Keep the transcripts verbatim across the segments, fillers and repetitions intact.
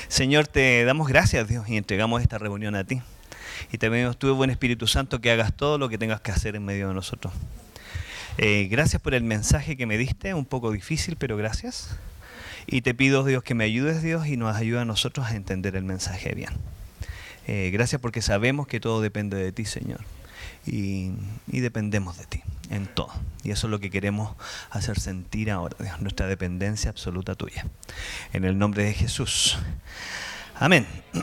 Señor, te damos gracias, Dios, y entregamos esta reunión a ti. Y te pedimos tú, buen Espíritu Santo, que hagas todo lo que tengas que hacer en medio de nosotros. Eh, gracias por el mensaje que me diste, un poco difícil, pero gracias. Y te pido, Dios, que me ayudes, Dios, y nos ayude a nosotros a entender el mensaje bien. Eh, gracias porque sabemos que todo depende de ti, Señor. Y, y dependemos de ti en todo. Y eso es lo que queremos hacer sentir ahora, Dios, nuestra dependencia absoluta tuya. En el nombre de Jesús. Amén.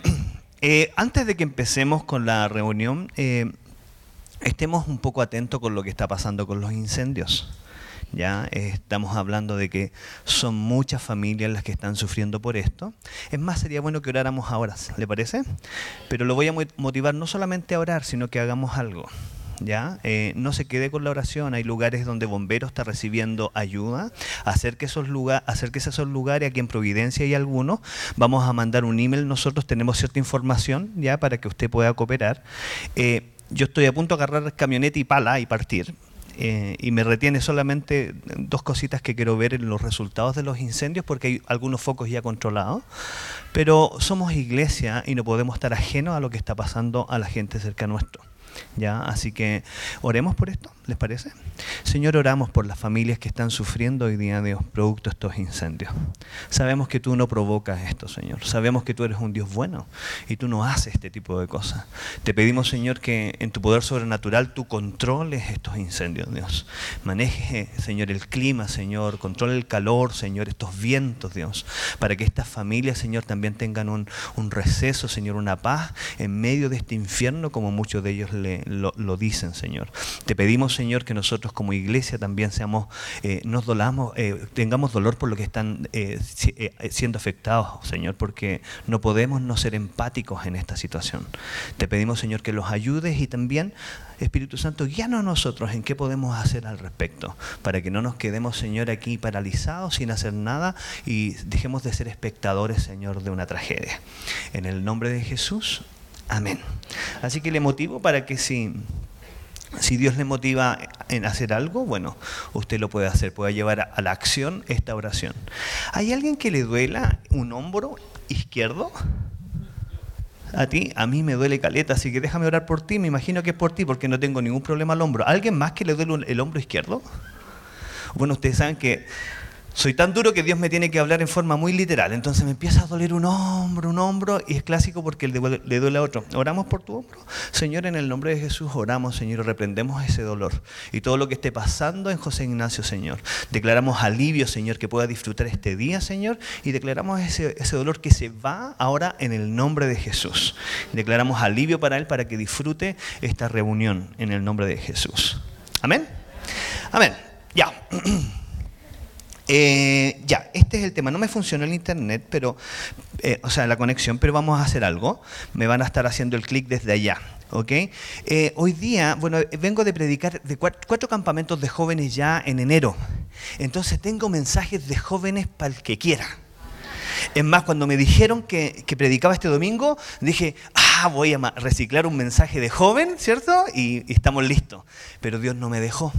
Eh, antes de que empecemos con la reunión, eh, estemos un poco atentos con lo que está pasando con los incendios. Ya eh, estamos hablando de que son muchas familias las que están sufriendo por esto. Es más, sería bueno que oráramos ahora, ¿le parece? Pero lo voy a motivar no solamente a orar, sino que hagamos algo. ¿Ya? Eh, no se quede con la oración. Hay lugares donde bomberos está recibiendo ayuda. Acérquese esos lugar, acérquese a esos lugares. Aquí en Providencia hay algunos. Vamos a mandar un email. Nosotros tenemos cierta información ya para que usted pueda cooperar. Eh, yo estoy a punto de agarrar camioneta y pala y partir. Eh, y me retiene solamente dos cositas que quiero ver en los resultados de los incendios, porque hay algunos focos ya controlados, pero somos iglesia y no podemos estar ajenos a lo que está pasando a la gente cerca nuestro. ¿Ya? Así que oremos por esto, ¿les parece? Señor, oramos por las familias que están sufriendo hoy día, Dios, producto de estos incendios. Sabemos que tú no provocas esto, Señor. Sabemos que tú eres un Dios bueno y tú no haces este tipo de cosas. Te pedimos, Señor, que en tu poder sobrenatural tú controles estos incendios, Dios. Maneje, Señor, el clima, Señor. Controle el calor, Señor, estos vientos, Dios. Para que estas familias, Señor, también tengan un, un receso, Señor, una paz en medio de este infierno, como muchos de ellos le Lo, lo dicen, Señor. Te pedimos, Señor, que nosotros como iglesia también seamos, eh, nos dolamos, eh, tengamos dolor por lo que están eh, eh, siendo afectados, Señor, porque no podemos no ser empáticos en esta situación. Te pedimos, Señor, que los ayudes y también, Espíritu Santo, guíanos a nosotros en qué podemos hacer al respecto, para que no nos quedemos, Señor, aquí paralizados sin hacer nada y dejemos de ser espectadores, Señor, de una tragedia. En el nombre de Jesús. Amén. Así que le motivo para que si, si Dios le motiva en hacer algo, bueno, usted lo puede hacer, puede llevar a, a la acción esta oración. ¿Hay alguien que le duela un hombro izquierdo? A ti, a mí me duele caleta, así que déjame orar por ti. Me imagino que es por ti porque no tengo ningún problema al hombro. ¿Alguien más que le duele el hombro izquierdo? Bueno, ustedes saben que soy tan duro que Dios me tiene que hablar en forma muy literal. Entonces me empieza a doler un hombro, un hombro, y es clásico porque le duele a otro. ¿Oramos por tu hombro? Señor, en el nombre de Jesús oramos, Señor, y reprendemos ese dolor. Y todo lo que esté pasando en José Ignacio, Señor. Declaramos alivio, Señor, que pueda disfrutar este día, Señor, y declaramos ese, ese dolor que se va ahora en el nombre de Jesús. Declaramos alivio para él, para que disfrute esta reunión en el nombre de Jesús. ¿Amén? Amén. Ya. Eh, ya, este es el tema. No me funcionó el internet, pero, eh, o sea, la conexión, pero vamos a hacer algo. Me van a estar haciendo el clic desde allá, ¿ok? Eh, hoy día, bueno, vengo de predicar de cuatro, cuatro campamentos de jóvenes ya en enero. Entonces tengo mensajes de jóvenes para el que quiera. Es más, cuando me dijeron que, que predicaba este domingo, dije, ah, voy a reciclar un mensaje de joven, ¿cierto? Y, y estamos listos. Pero Dios no me dejó.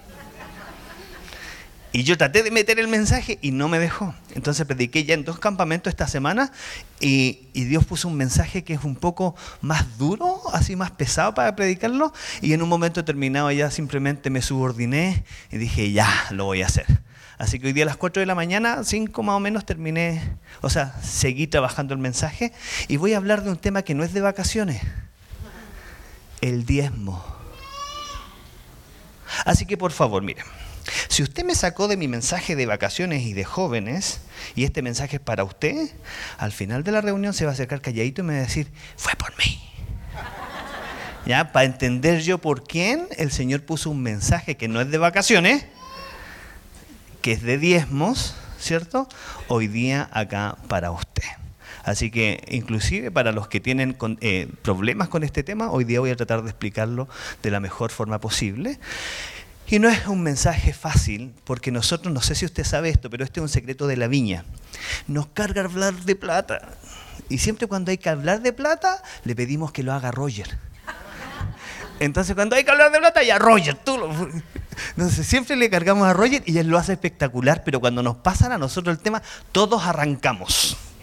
Y yo traté de meter el mensaje y no me dejó. Entonces prediqué ya en dos campamentos esta semana y, y Dios puso un mensaje que es un poco más duro, así más pesado para predicarlo. Y en un momento determinado ya simplemente me subordiné y dije, ya, lo voy a hacer. Así que hoy día a las cuatro de la mañana, cinco más o menos, terminé, o sea, seguí trabajando el mensaje. Y voy a hablar de un tema que no es de vacaciones. El diezmo. Así que por favor, miren. Si usted me sacó de mi mensaje de vacaciones y de jóvenes, y este mensaje es para usted, al final de la reunión se va a acercar calladito y me va a decir, fue por mí. ¿Ya? Para entender yo por quién el Señor puso un mensaje que no es de vacaciones, que es de diezmos, ¿cierto? Hoy día acá para usted. Así que inclusive para los que tienen con, eh, problemas con este tema, hoy día voy a tratar de explicarlo de la mejor forma posible. Y no es un mensaje fácil, porque nosotros, no sé si usted sabe esto, pero este es un secreto de la viña. Nos carga hablar de plata. Y siempre cuando hay que hablar de plata, le pedimos que lo haga Roger. Entonces cuando hay que hablar de plata, ya Roger, tú lo... Entonces siempre le cargamos a Roger y él lo hace espectacular, pero cuando nos pasan a nosotros el tema, todos arrancamos.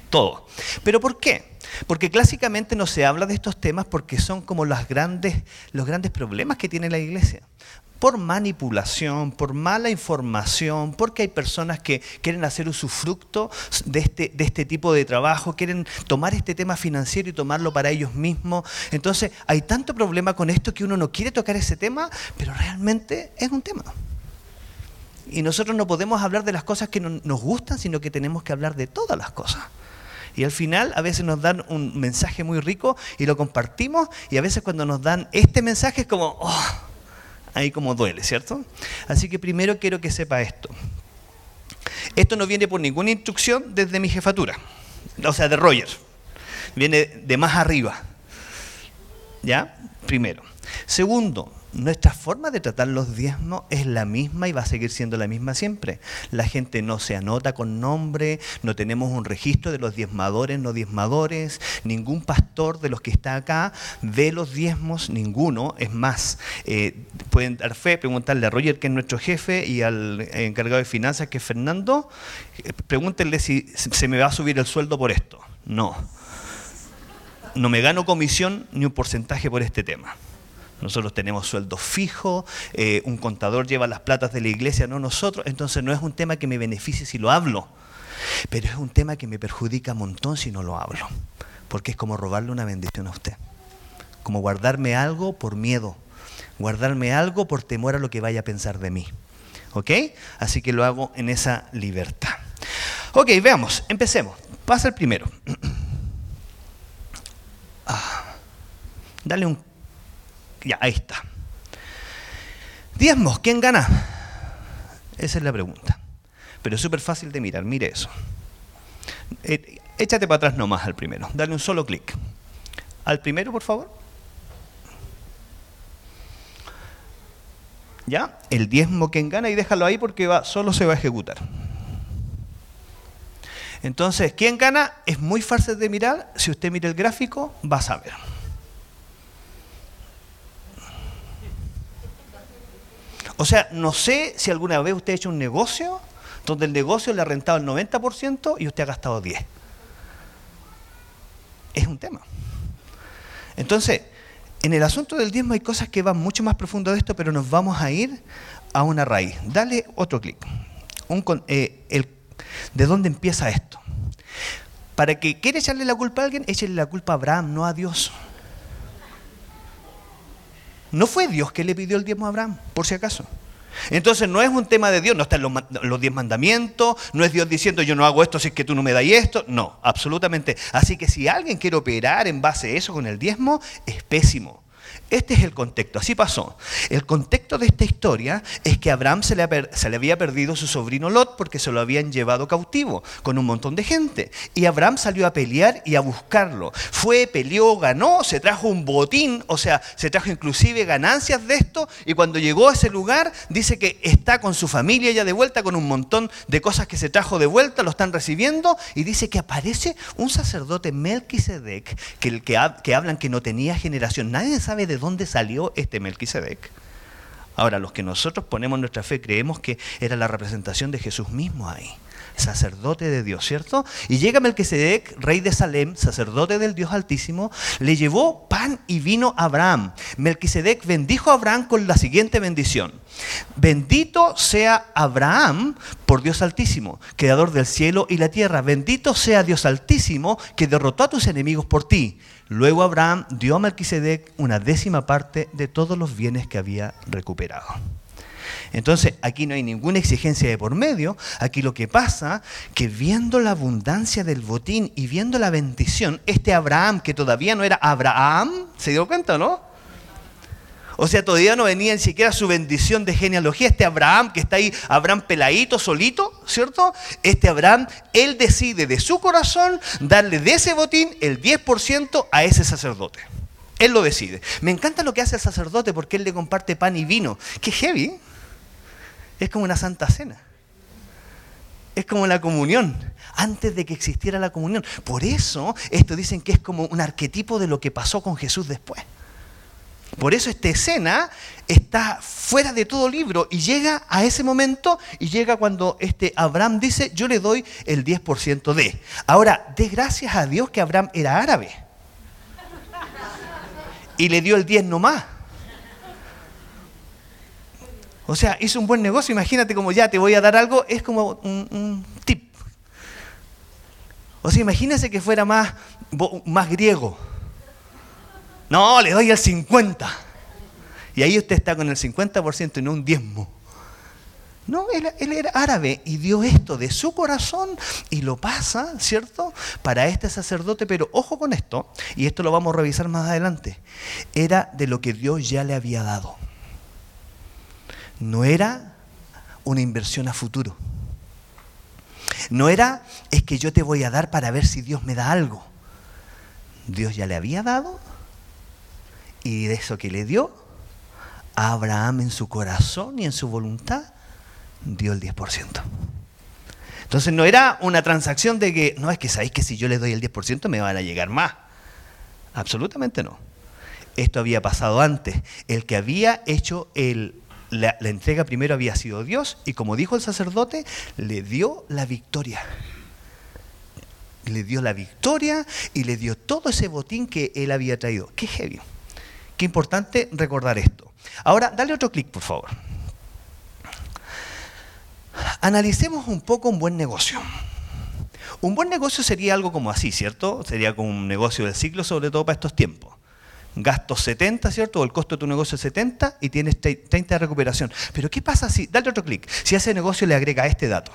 todo. ¿Pero por qué? Porque clásicamente no se habla de estos temas porque son como las grandes, los grandes problemas que tiene la iglesia. Por manipulación, por mala información, porque hay personas que quieren hacer usufructo de este, de este tipo de trabajo, quieren tomar este tema financiero y tomarlo para ellos mismos. Entonces hay tanto problema con esto que uno no quiere tocar ese tema, pero realmente es un tema. Y nosotros no podemos hablar de las cosas que no, nos gustan, sino que tenemos que hablar de todas las cosas. Y al final a veces nos dan un mensaje muy rico y lo compartimos, y a veces cuando nos dan este mensaje es como, oh, ahí como duele, ¿cierto? Así que primero quiero que sepa esto. Esto no viene por ninguna instrucción desde mi jefatura, o sea, de Roger. Viene de más arriba. ¿Ya? Primero. Segundo, nuestra forma de tratar los diezmos es la misma y va a seguir siendo la misma siempre. La gente no se anota con nombre, no tenemos un registro de los diezmadores, no diezmadores, ningún pastor de los que está acá ve los diezmos, ninguno. Es más, eh, pueden dar fe, preguntarle a Roger, que es nuestro jefe, y al encargado de finanzas, que es Fernando, eh, pregúntenle si se me va a subir el sueldo por esto. No. No me gano comisión ni un porcentaje por este tema. Nosotros tenemos sueldos fijos, eh, un contador lleva las platas de la iglesia, no nosotros. Entonces no es un tema que me beneficie si lo hablo, pero es un tema que me perjudica un montón si no lo hablo, porque es como robarle una bendición a usted, como guardarme algo por miedo, guardarme algo por temor a lo que vaya a pensar de mí. ¿Ok? Así que lo hago en esa libertad. Ok, veamos, empecemos. Pasa el primero. Ah, dale un... Ya, ahí está. Diezmos, ¿quién gana? Esa es la pregunta. Pero es súper fácil de mirar, mire eso. Eh, échate para atrás nomás al primero. Dale un solo clic. Al primero, por favor. ¿Ya? El diezmo, ¿quién gana? Y déjalo ahí porque va, solo se va a ejecutar. Entonces, ¿quién gana? Es muy fácil de mirar. Si usted mira el gráfico, va a saber. O sea, no sé si alguna vez usted ha hecho un negocio donde el negocio le ha rentado el noventa por ciento y usted ha gastado diez por ciento. Es un tema. Entonces, en el asunto del diezmo hay cosas que van mucho más profundo de esto, pero nos vamos a ir a una raíz. Dale otro clic. Un, eh, el, ¿De dónde empieza esto? Para que quiera echarle la culpa a alguien, échale la culpa a Abraham, no a Dios. No fue Dios que le pidió el diezmo a Abraham, por si acaso. Entonces no es un tema de Dios, no están los, los diez mandamientos, no es Dios diciendo yo no hago esto si es que tú no me das esto. No, absolutamente. Así que si alguien quiere operar en base a eso con el diezmo, es pésimo. Este es el contexto, así pasó. El contexto de esta historia es que a Abraham se le, se le había perdido su sobrino Lot porque se lo habían llevado cautivo con un montón de gente. Y Abraham salió a pelear y a buscarlo. Fue, peleó, ganó, se trajo un botín, o sea, se trajo inclusive ganancias de esto, y cuando llegó a ese lugar dice que está con su familia ya de vuelta, con un montón de cosas que se trajo de vuelta, lo están recibiendo, y dice que aparece un sacerdote Melquisedec, que, el que, que hablan que no tenía generación. Nadie sabe de dónde salió este Melquisedec. Ahora, los que nosotros ponemos nuestra fe creemos que era la representación de Jesús mismo ahí, sacerdote de Dios, ¿cierto? Y llega Melquisedec, rey de Salem, sacerdote del Dios Altísimo, le llevó pan y vino a Abraham. Melquisedec bendijo a Abraham con la siguiente bendición: bendito sea Abraham por Dios Altísimo, creador del cielo y la tierra. Bendito sea Dios Altísimo, que derrotó a tus enemigos por ti. Luego Abraham dio a Melquisedec una décima parte de todos los bienes que había recuperado. Entonces, aquí no hay ninguna exigencia de por medio. Aquí lo que pasa, que viendo la abundancia del botín y viendo la bendición, este Abraham, que todavía no era Abraham, ¿se dio cuenta, no? O sea, todavía no venía ni siquiera su bendición de genealogía. Este Abraham, que está ahí, Abraham peladito, solito, ¿cierto? Este Abraham, él decide de su corazón darle de ese botín el diez por ciento a ese sacerdote. Él lo decide. Me encanta lo que hace el sacerdote porque él le comparte pan y vino. ¡Qué heavy! Es como una santa cena. Es como la comunión, antes de que existiera la comunión. Por eso, esto dicen que es como un arquetipo de lo que pasó con Jesús después. Por eso esta escena está fuera de todo libro y llega a ese momento y llega cuando este Abraham dice, yo le doy el diez por ciento de. Ahora, dé gracias a Dios que Abraham era árabe y le dio el diez nomás. O sea, hizo un buen negocio. Imagínate como ya te voy a dar algo, es como un, un tip. O sea, imagínese que fuera más, más griego. No, le doy el cincuenta. Y ahí usted está con el cincuenta por ciento y no un diezmo. No, él, él era árabe y dio esto de su corazón y lo pasa, ¿cierto?, para este sacerdote. Pero ojo con esto, y esto lo vamos a revisar más adelante. Era de lo que Dios ya le había dado. No era una inversión a futuro. No era, es que yo te voy a dar para ver si Dios me da algo. Dios ya le había dado. Y de eso que le dio, a Abraham en su corazón y en su voluntad, dio el diez por ciento. Entonces no era una transacción de que, no, es que sabéis que si yo le doy el diez por ciento me van a llegar más. Absolutamente no. Esto había pasado antes. El que había hecho el, la, la entrega primero había sido Dios y como dijo el sacerdote, le dio la victoria. Le dio la victoria y le dio todo ese botín que él había traído. ¡Qué heavy! Qué importante recordar esto. Ahora, dale otro clic, por favor. Analicemos un poco un buen negocio. Un buen negocio sería algo como así, ¿cierto? Sería como un negocio del ciclo, sobre todo para estos tiempos. Gastos setenta, ¿cierto? O el costo de tu negocio es setenta y tienes treinta de recuperación. Pero ¿qué pasa si, dale otro clic, si a ese negocio le agrega este dato?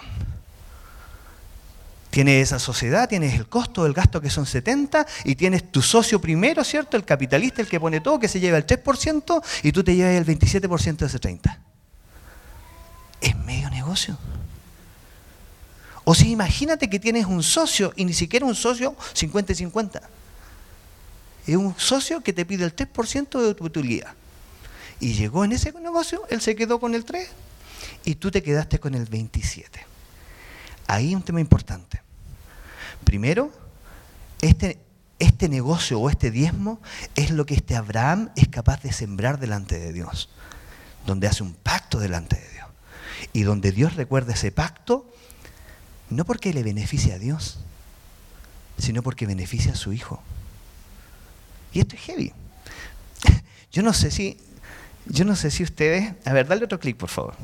Tienes esa sociedad, tienes el costo del gasto que son setenta y tienes tu socio primero, ¿cierto? El capitalista, el que pone todo, que se lleva el tres por ciento y tú te llevas el veintisiete por ciento de ese treinta por ciento. Es medio negocio. O si imagínate que tienes un socio y ni siquiera un socio cincuenta y cincuenta. Es un socio que te pide el tres por ciento de tu utilidad. Y llegó en ese negocio, él se quedó con el tres y tú te quedaste con el veintisiete. Ahí hay un tema importante. Primero, este, este negocio o este diezmo es lo que este Abraham es capaz de sembrar delante de Dios, donde hace un pacto delante de Dios y donde Dios recuerda ese pacto no porque le beneficia a Dios, sino porque beneficia a su hijo. Y esto es heavy. Yo no sé si, yo no sé si ustedes, a ver, dale otro clic, por favor.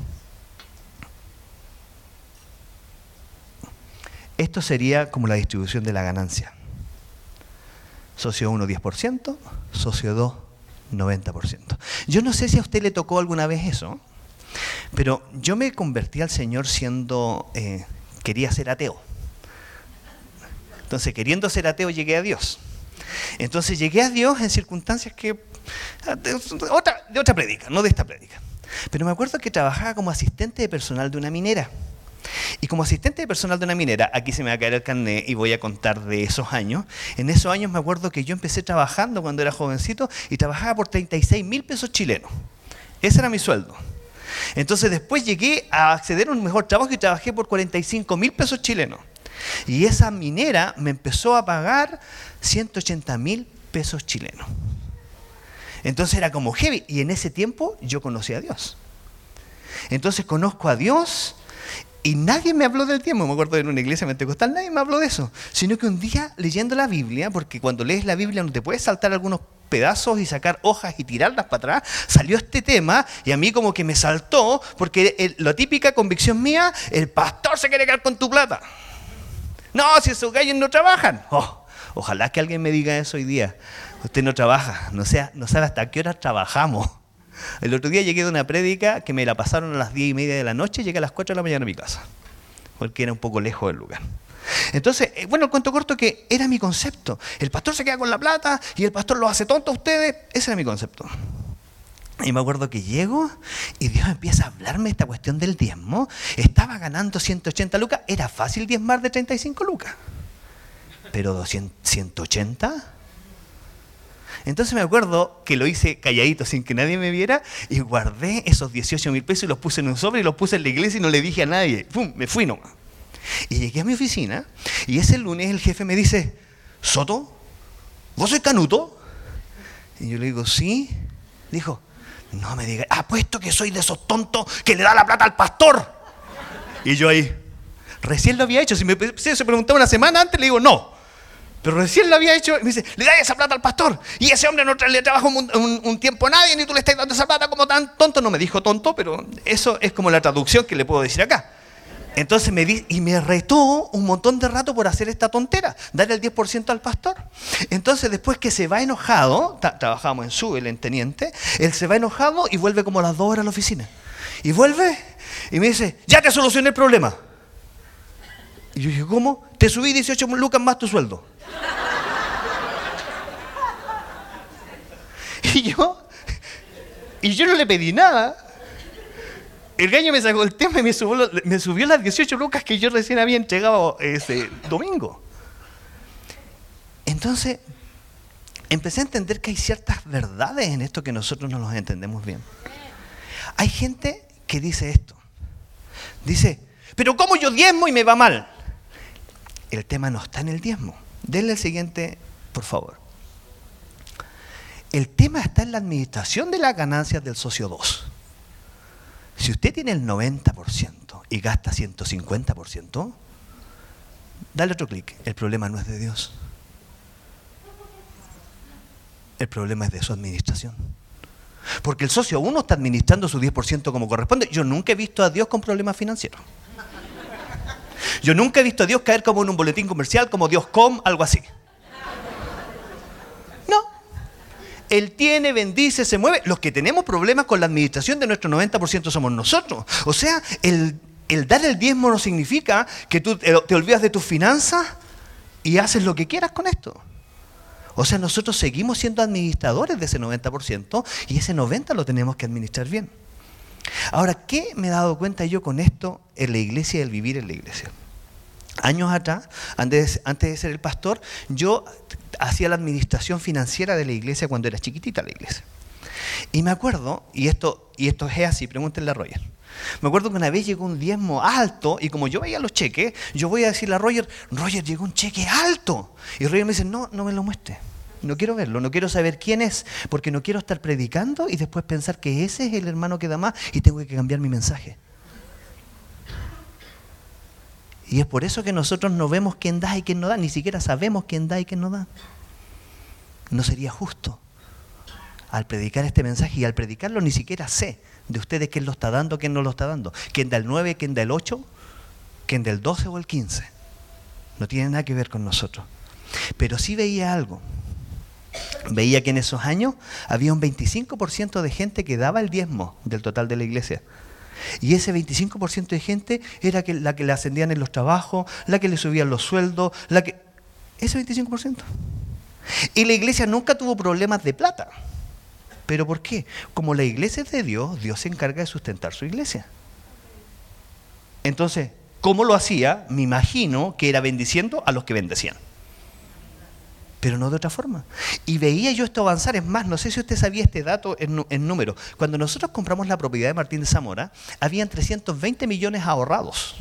Esto sería como la distribución de la ganancia. Socio uno, diez por ciento, socio dos, noventa por ciento. Yo no sé si a usted le tocó alguna vez eso, pero yo me convertí al Señor siendo, eh, quería ser ateo. Entonces, queriendo ser ateo, llegué a Dios. Entonces, llegué a Dios en circunstancias que, de otra, de otra prédica, no de esta prédica. Pero me acuerdo que trabajaba como asistente de personal de una minera. Y como asistente de personal de una minera, aquí se me va a caer el carnet y voy a contar de esos años. En esos años me acuerdo que yo empecé trabajando cuando era jovencito y trabajaba por treinta y seis mil pesos chilenos. Ese era mi sueldo. Entonces después llegué a acceder a un mejor trabajo y trabajé por cuarenta y cinco mil pesos chilenos. Y esa minera me empezó a pagar ciento ochenta mil pesos chilenos. Entonces era como heavy. Y en ese tiempo yo conocí a Dios. Entonces conozco a Dios. Y nadie me habló del tiempo, me acuerdo de en una iglesia pentecostal, nadie me habló de eso, sino que un día leyendo la Biblia, porque cuando lees la Biblia no te puedes saltar algunos pedazos y sacar hojas y tirarlas para atrás, salió este tema y a mí como que me saltó, porque el, la típica convicción mía, el pastor se quiere quedar con tu plata. No, si esos gallos no trabajan. Oh, ojalá que alguien me diga eso hoy día. Usted no trabaja, no, sea, no sabe hasta qué hora trabajamos. El otro día llegué de una prédica que me la pasaron a las diez y media de la noche y llegué a las cuatro de la mañana a mi casa, porque era un poco lejos del lugar. Entonces, bueno, el cuento corto que era mi concepto. El pastor se queda con la plata y el pastor los hace tontos a ustedes. Ese era mi concepto. Y me acuerdo que llego y Dios empieza a hablarme esta cuestión del diezmo. Estaba ganando ciento ochenta lucas. Era fácil diezmar de treinta y cinco lucas. Pero doscientos, ciento ochenta... Entonces me acuerdo que lo hice calladito sin que nadie me viera y guardé esos dieciocho mil pesos y los puse en un sobre y los puse en la iglesia y no le dije a nadie. ¡Pum! Me fui nomás. Y llegué a mi oficina y ese lunes el jefe me dice, Soto, ¿vos sois Canuto? Y yo le digo, sí. Dijo, no me digas, apuesto que soy de esos tontos que le da la plata al pastor. Y yo ahí, recién lo había hecho. Si me si se preguntaba una semana antes, le digo no. Pero recién lo había hecho. Y me dice, le da esa plata al pastor. Y ese hombre no le trabaja un, un, un tiempo a nadie, ni tú le estás dando esa plata como tan tonto. No me dijo tonto, pero eso es como la traducción que le puedo decir acá. Entonces me di, y me retó un montón de rato por hacer esta tontera, darle el diez por ciento al pastor. Entonces después que se va enojado, tra trabajamos en Subel, en Teniente, él se va enojado y vuelve como a las dos horas a la oficina. Y vuelve y me dice, ya te solucioné el problema. Y yo dije, ¿cómo? Te subí dieciocho lucas más tu sueldo. Y yo, y yo no le pedí nada. El gallo me sacó el tema y me subió, me subió las dieciocho lucas que yo recién había entregado ese domingo. Entonces, empecé a entender que hay ciertas verdades en esto que nosotros no los entendemos bien. Hay gente que dice esto. Dice, pero ¿cómo yo diezmo y me va mal? El tema no está en el diezmo. Denle el siguiente, por favor. El tema está en la administración de las ganancias del socio dos. Si usted tiene el noventa por ciento y gasta ciento cincuenta por ciento, dale otro clic. El problema no es de Dios. El problema es de su administración. Porque el socio uno está administrando su diez por ciento como corresponde. Yo nunca he visto a Dios con problemas financieros. Yo nunca he visto a Dios caer como en un boletín comercial, como Dios com, algo así. No. Él tiene, bendice, se mueve. Los que tenemos problemas con la administración de nuestro noventa por ciento somos nosotros. O sea, el, el dar el diezmo no significa que tú te, te olvidas de tus finanzas y haces lo que quieras con esto. O sea, nosotros seguimos siendo administradores de ese noventa por ciento y ese noventa por ciento lo tenemos que administrar bien. Ahora, ¿qué me he dado cuenta yo con esto en la iglesia y el vivir en la iglesia? Años atrás, antes, antes de ser el pastor, yo hacía la administración financiera de la iglesia cuando era chiquitita la iglesia. Y me acuerdo, y esto, y esto es así, pregúntenle a Roger. Me acuerdo que una vez llegó un diezmo alto y como yo veía los cheques, yo voy a decirle a Roger, Roger, llegó un cheque alto. Y Roger me dice, no, no me lo muestre. No quiero verlo, no quiero saber quién es, porque no quiero estar predicando y después pensar que ese es el hermano que da más y tengo que cambiar mi mensaje. Y es por eso que nosotros no vemos quién da y quién no da, ni siquiera sabemos quién da y quién no da. No sería justo al predicar este mensaje, y al predicarlo ni siquiera sé de ustedes quién lo está dando, quién no lo está dando. Quién da el nueve, quién da el ocho, quién da el doce o el quince. No tiene nada que ver con nosotros. Pero sí veía algo. Veía que en esos años había un veinticinco por ciento de gente que daba el diezmo del total de la iglesia. Y ese veinticinco por ciento de gente era que, la que le ascendían en los trabajos, la que le subían los sueldos, la que... ese veinticinco por ciento. Y la iglesia nunca tuvo problemas de plata. ¿Pero por qué? Como la iglesia es de Dios, Dios se encarga de sustentar su iglesia. Entonces, ¿cómo lo hacía? Me imagino que era bendiciendo a los que bendecían. Pero no de otra forma. Y veía yo esto avanzar. Es más, no sé si usted sabía este dato en, en número. Cuando nosotros compramos la propiedad de Martín de Zamora, habían trescientos veinte millones ahorrados.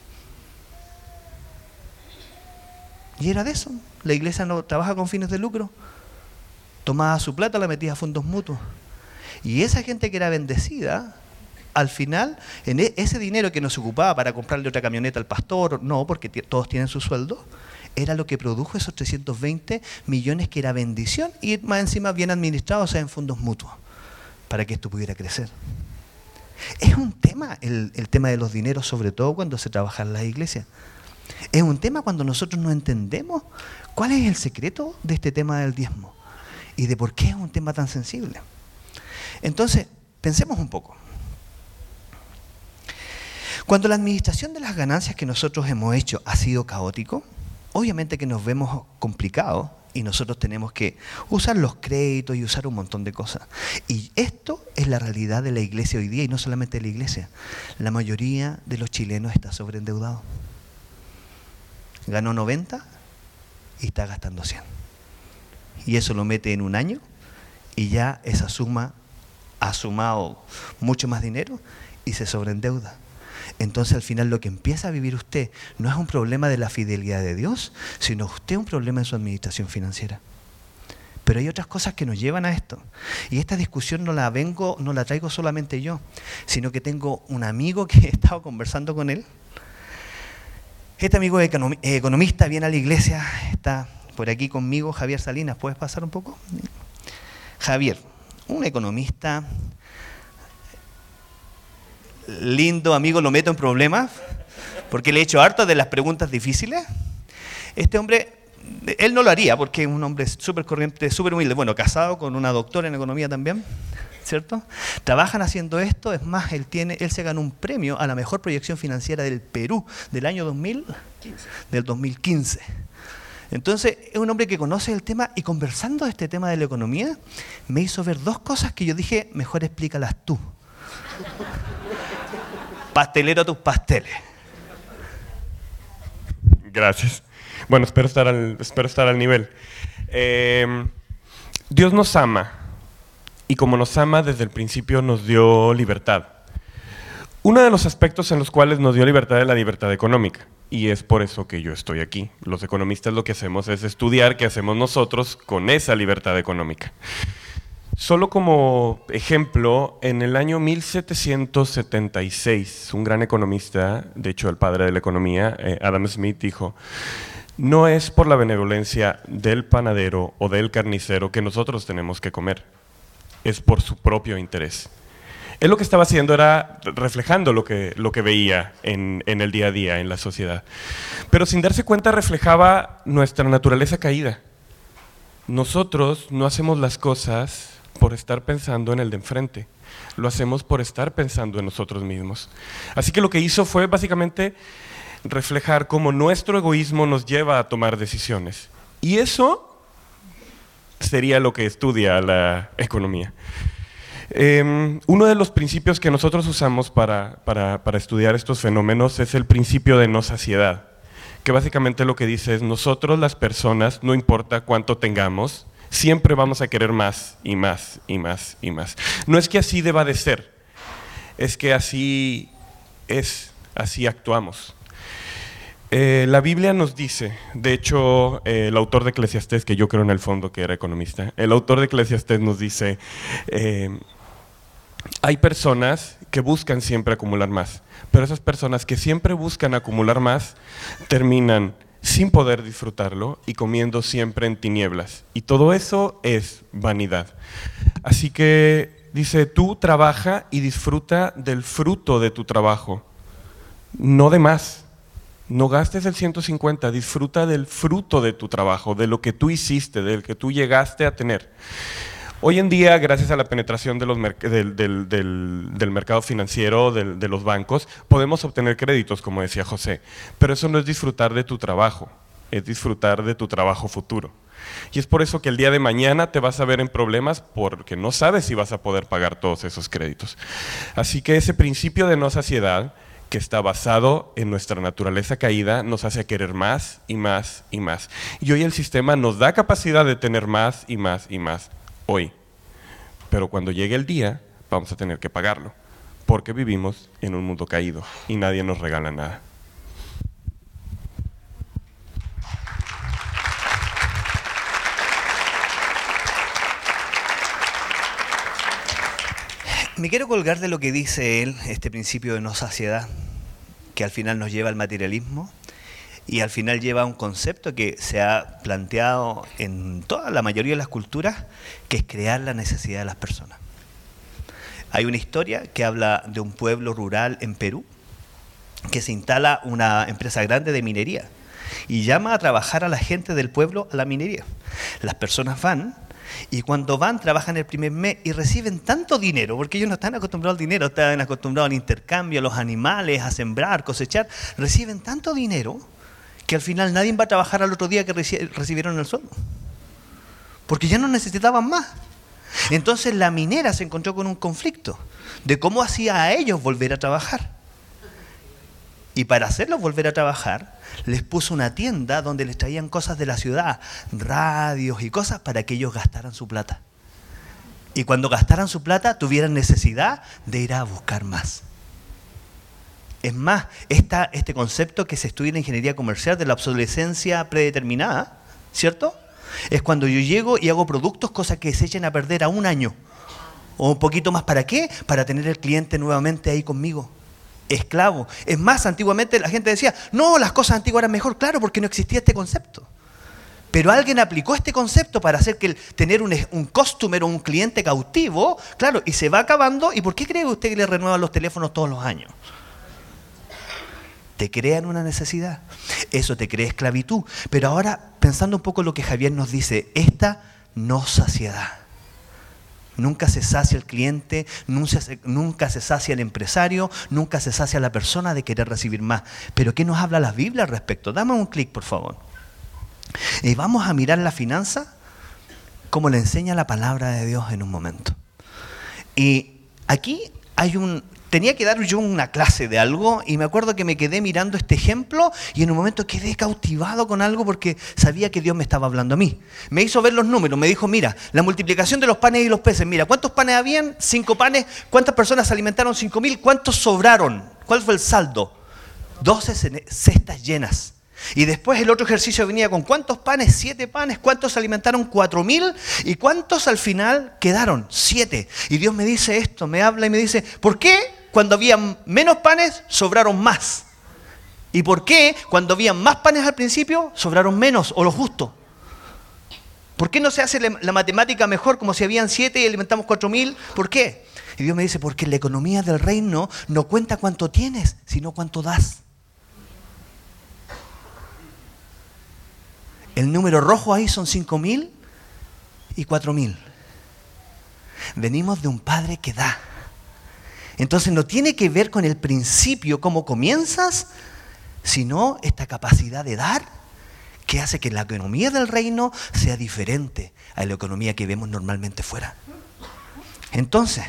Y era de eso. La iglesia no trabaja con fines de lucro. Tomaba su plata, la metía a fondos mutuos. Y esa gente que era bendecida, al final, en ese dinero que nos ocupaba para comprarle otra camioneta al pastor, no, porque todos tienen su sueldo, era lo que produjo esos trescientos veinte millones que era bendición y más encima bien administrados, o sea, en fondos mutuos, para que esto pudiera crecer. Es un tema, el, el tema de los dineros, sobre todo cuando se trabaja en las iglesias. Es un tema cuando nosotros no entendemos cuál es el secreto de este tema del diezmo y de por qué es un tema tan sensible. Entonces, pensemos un poco. Cuando la administración de las ganancias que nosotros hemos hecho ha sido caótico, obviamente que nos vemos complicados y nosotros tenemos que usar los créditos y usar un montón de cosas. Y esto es la realidad de la iglesia hoy día, y no solamente de la iglesia. La mayoría de los chilenos está sobreendeudado. Ganó noventa y está gastando cien. Y eso lo mete en un año y ya esa suma ha sumado mucho más dinero y se sobreendeuda. Entonces al final lo que empieza a vivir usted no es un problema de la fidelidad de Dios, sino usted un problema en su administración financiera. Pero hay otras cosas que nos llevan a esto. Y esta discusión no la vengo, no la traigo solamente yo, sino que tengo un amigo que he estado conversando con él. Este amigo es economista, viene a la iglesia, está por aquí conmigo, Javier Salinas. ¿Puedes pasar un poco? Javier, un economista lindo, amigo, lo meto en problemas, porque le he hecho harto de las preguntas difíciles. Este hombre, él no lo haría, porque es un hombre súper corriente, súper humilde. Bueno, casado con una doctora en economía también, ¿cierto? Trabajan haciendo esto, es más, él, tiene, él se ganó un premio a la mejor proyección financiera del Perú del año dos mil quince. Del dos mil quince. Entonces, es un hombre que conoce el tema, y conversando de este tema de la economía, me hizo ver dos cosas que yo dije, mejor explícalas tú. Pastelero tus pasteles. Gracias. Bueno, espero estar al, espero estar al nivel. Eh, Dios nos ama, y como nos ama, desde el principio nos dio libertad. Uno de los aspectos en los cuales nos dio libertad es la libertad económica, y es por eso que yo estoy aquí. Los economistas lo que hacemos es estudiar qué hacemos nosotros con esa libertad económica. Solo como ejemplo, en el año mil setecientos setenta y seis, un gran economista, de hecho el padre de la economía, eh, Adam Smith, dijo: no es por la benevolencia del panadero o del carnicero que nosotros tenemos que comer, es por su propio interés. Él lo que estaba haciendo era reflejando lo que, lo que veía en, en el día a día, en la sociedad. Pero sin darse cuenta reflejaba nuestra naturaleza caída. Nosotros no hacemos las cosas por estar pensando en el de enfrente, lo hacemos por estar pensando en nosotros mismos. Así que lo que hizo fue básicamente reflejar cómo nuestro egoísmo nos lleva a tomar decisiones. Y eso sería lo que estudia la economía. Eh, uno de los principios que nosotros usamos para, para, para estudiar estos fenómenos es el principio de no saciedad, que básicamente lo que dice es: nosotros las personas, no importa cuánto tengamos, siempre vamos a querer más y más y más y más. No es que así deba de ser, es que así es, así actuamos. Eh, la Biblia nos dice, de hecho, eh, el autor de Eclesiastés, que yo creo en el fondo que era economista, el autor de Eclesiastés nos dice, eh, hay personas que buscan siempre acumular más, pero esas personas que siempre buscan acumular más, terminan sin poder disfrutarlo y comiendo siempre en tinieblas. Y todo eso es vanidad. Así que dice, tú trabaja y disfruta del fruto de tu trabajo, no de más. No gastes el ciento cincuenta, disfruta del fruto de tu trabajo, de lo que tú hiciste, del que tú llegaste a tener. Hoy en día, gracias a la penetración de los del, del, del, del mercado financiero, del, de los bancos, podemos obtener créditos, como decía José, pero eso no es disfrutar de tu trabajo, es disfrutar de tu trabajo futuro. Y es por eso que el día de mañana te vas a ver en problemas porque no sabes si vas a poder pagar todos esos créditos. Así que ese principio de no saciedad, que está basado en nuestra naturaleza caída, nos hace querer más y más y más. Y hoy el sistema nos da capacidad de tener más y más y más, hoy. Pero cuando llegue el día, vamos a tener que pagarlo, porque vivimos en un mundo caído y nadie nos regala nada. Me quiero colgar de lo que dice él, este principio de no saciedad, que al final nos lleva al materialismo y al final lleva a un concepto que se ha planteado en toda la mayoría de las culturas, que es crear la necesidad de las personas. Hay una historia que habla de un pueblo rural en Perú, que se instala una empresa grande de minería y llama a trabajar a la gente del pueblo a la minería. Las personas van, y cuando van, trabajan el primer mes y reciben tanto dinero, porque ellos no están acostumbrados al dinero, están acostumbrados al intercambio, a los animales, a sembrar, cosechar. Reciben tanto dinero que al final nadie va a trabajar al otro día que reci recibieron el sueldo, porque ya no necesitaban más. Entonces la minera se encontró con un conflicto de cómo hacía a ellos volver a trabajar. Y para hacerlos volver a trabajar, les puso una tienda donde les traían cosas de la ciudad, radios y cosas, para que ellos gastaran su plata. Y cuando gastaran su plata, tuvieran necesidad de ir a buscar más. Es más, esta, este concepto que se estudia en la ingeniería comercial de la obsolescencia predeterminada, ¿cierto? Es cuando yo llego y hago productos, cosas que se echen a perder a un año. O un poquito más, ¿para qué? Para tener el cliente nuevamente ahí conmigo. Esclavo. Es más, antiguamente la gente decía, no, las cosas antiguas eran mejor. Claro, porque no existía este concepto. Pero alguien aplicó este concepto para hacer que el, tener un, un customer o un cliente cautivo, claro, y se va acabando. ¿Y por qué cree usted que le renuevan los teléfonos todos los años? Te crean una necesidad. Eso te crea esclavitud. Pero ahora, pensando un poco en lo que Javier nos dice, esta no saciedad. Nunca se sacia el cliente, nunca se, nunca se sacia el empresario, nunca se sacia la persona de querer recibir más. Pero ¿qué nos habla la Biblia al respecto? Dame un clic, por favor. Y vamos a mirar la finanza como le enseña la palabra de Dios en un momento. Y aquí hay un... Tenía que dar yo una clase de algo y me acuerdo que me quedé mirando este ejemplo y en un momento quedé cautivado con algo porque sabía que Dios me estaba hablando a mí. Me hizo ver los números, me dijo, mira, la multiplicación de los panes y los peces. Mira, ¿cuántos panes habían? Cinco panes. ¿Cuántas personas se alimentaron? Cinco mil. ¿Cuántos sobraron? ¿Cuál fue el saldo? Doce cestas llenas. Y después el otro ejercicio venía con ¿cuántos panes? Siete panes. ¿Cuántos se alimentaron? Cuatro mil. ¿Y cuántos al final quedaron? Siete. Y Dios me dice esto, me habla y me dice, ¿por qué cuando había menos panes sobraron más? ¿Y por qué cuando había más panes al principio sobraron menos o lo justo? ¿Por qué no se hace la matemática mejor como si habían siete y alimentamos cuatro mil? ¿Por qué? Y Dios me dice, porque en la economía del reino no cuenta cuánto tienes, sino cuánto das. El número rojo ahí son cinco mil y cuatro mil. Venimos de un Padre que da. Entonces no tiene que ver con el principio, cómo comienzas, sino esta capacidad de dar que hace que la economía del reino sea diferente a la economía que vemos normalmente fuera. Entonces,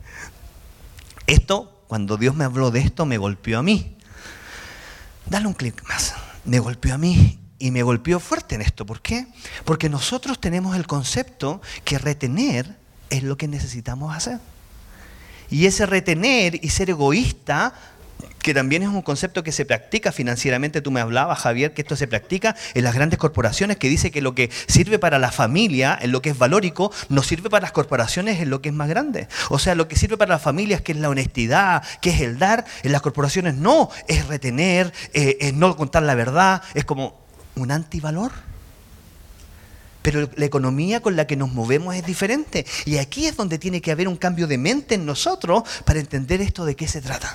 esto, cuando Dios me habló de esto, me golpeó a mí. Dale un clic más. Me golpeó a mí. Y me golpeó fuerte en esto. ¿Por qué? Porque nosotros tenemos el concepto que retener es lo que necesitamos hacer. Y ese retener y ser egoísta, que también es un concepto que se practica financieramente. Tú me hablabas, Javier, que esto se practica en las grandes corporaciones, que dice que lo que sirve para la familia, en lo que es valórico, no sirve para las corporaciones en lo que es más grande. O sea, lo que sirve para las familias, que es la honestidad, que es el dar, en las corporaciones no, es retener, eh, es no contar la verdad, es como un antivalor. Pero la economía con la que nos movemos es diferente. Y aquí es donde tiene que haber un cambio de mente en nosotros para entender esto de qué se trata.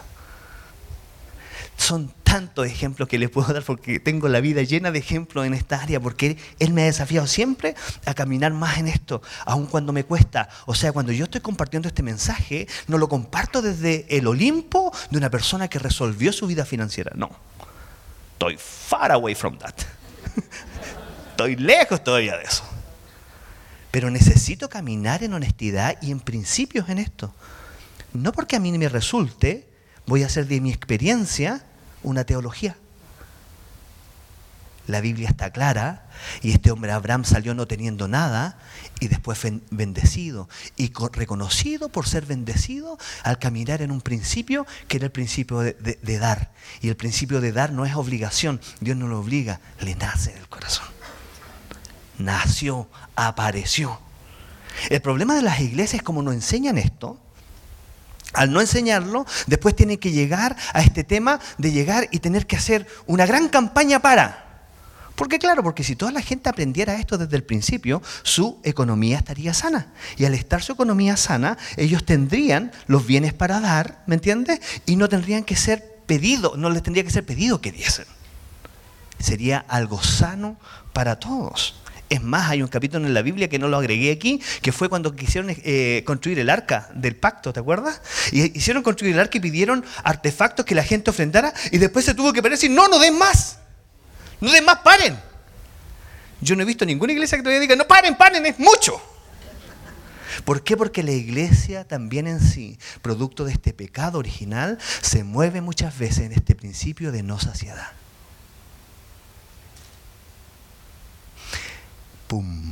Son tantos ejemplos que les puedo dar porque tengo la vida llena de ejemplos en esta área, porque Él me ha desafiado siempre a caminar más en esto, aun cuando me cuesta. O sea, cuando yo estoy compartiendo este mensaje, no lo comparto desde el Olimpo de una persona que resolvió su vida financiera. No, estoy far away from that. Estoy lejos todavía de eso. Pero necesito caminar en honestidad y en principios en esto. No porque a mí me resulte, voy a hacer de mi experiencia una teología. La Biblia está clara y este hombre Abraham salió no teniendo nada y después bendecido y reconocido por ser bendecido al caminar en un principio que era el principio de, de, de dar. Y el principio de dar no es obligación, Dios no lo obliga, le nace en el corazón. Nació, apareció. El problema de las iglesias es como nos enseñan esto. Al no enseñarlo, después tienen que llegar a este tema de llegar y tener que hacer una gran campaña para. ¿Por qué? Claro, porque si toda la gente aprendiera esto desde el principio, su economía estaría sana. Y al estar su economía sana, ellos tendrían los bienes para dar, ¿me entiendes? Y no tendrían que ser pedidos, no les tendría que ser pedido que diesen. Sería algo sano para todos. Es más, hay un capítulo en la Biblia que no lo agregué aquí, que fue cuando quisieron eh, construir el arca del pacto, ¿te acuerdas? Y hicieron construir el arca y pidieron artefactos que la gente ofrendara y después se tuvo que parar y decir, no, no den más, no den más, paren. Yo no he visto ninguna iglesia que todavía diga, no, paren, paren, es mucho. ¿Por qué? Porque la iglesia también en sí, producto de este pecado original, se mueve muchas veces en este principio de no saciedad. ¡Pum!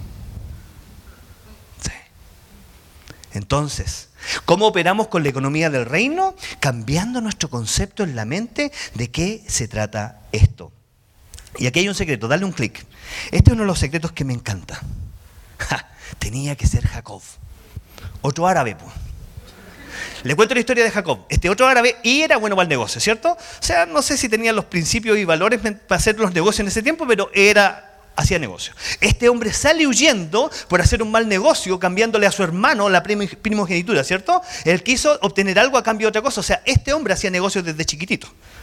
Sí. Entonces, ¿cómo operamos con la economía del reino? Cambiando nuestro concepto en la mente de qué se trata esto. Y aquí hay un secreto, dale un clic. Este es uno de los secretos que me encanta. Ja, tenía que ser Jacob. Otro árabe, pues. Le cuento la historia de Jacob. Este otro árabe, y era bueno para el negocio, ¿cierto? O sea, no sé si tenía los principios y valores para hacer los negocios en ese tiempo, pero era, hacía negocio. Este hombre sale huyendo por hacer un mal negocio, cambiándole a su hermano la primogenitura, ¿cierto? Él quiso obtener algo a cambio de otra cosa. O sea, este hombre hacía negocios desde chiquitito.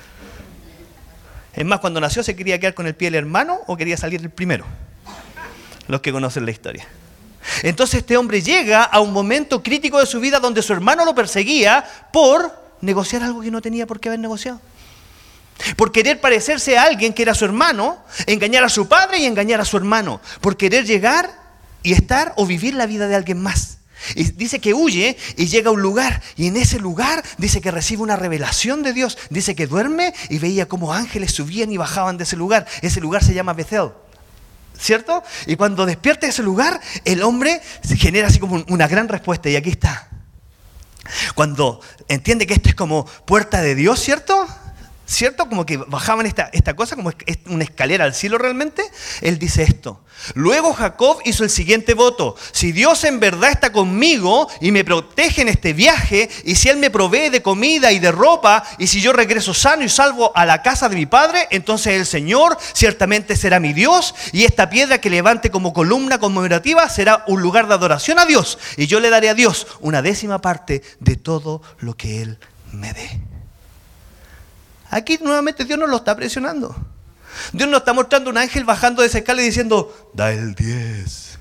Es más, cuando nació se quería quedar con el pie del hermano o quería salir el primero. Los que conocen la historia. Entonces este hombre llega a un momento crítico de su vida donde su hermano lo perseguía por negociar algo que no tenía por qué haber negociado. Por querer parecerse a alguien que era su hermano, engañar a su padre y engañar a su hermano. Por querer llegar y estar o vivir la vida de alguien más. Y dice que huye y llega a un lugar, y en ese lugar dice que recibe una revelación de Dios. Dice que duerme y veía cómo ángeles subían y bajaban de ese lugar. Ese lugar se llama Bethel, ¿cierto? Y cuando despierta ese lugar, el hombre se genera así como una gran respuesta, y aquí está. Cuando entiende que esto es como puerta de Dios, ¿cierto? ¿Cierto? Como que bajaban esta, esta cosa, como es una escalera al cielo realmente. Él dice esto. Luego Jacob hizo el siguiente voto. Si Dios en verdad está conmigo y me protege en este viaje, y si Él me provee de comida y de ropa, y si yo regreso sano y salvo a la casa de mi padre, entonces el Señor ciertamente será mi Dios, y esta piedra que levante como columna conmemorativa será un lugar de adoración a Dios, y yo le daré a Dios una décima parte de todo lo que Él me dé. Aquí nuevamente Dios nos lo está presionando. Dios nos está mostrando un ángel bajando de esa escala y diciendo, da el diez.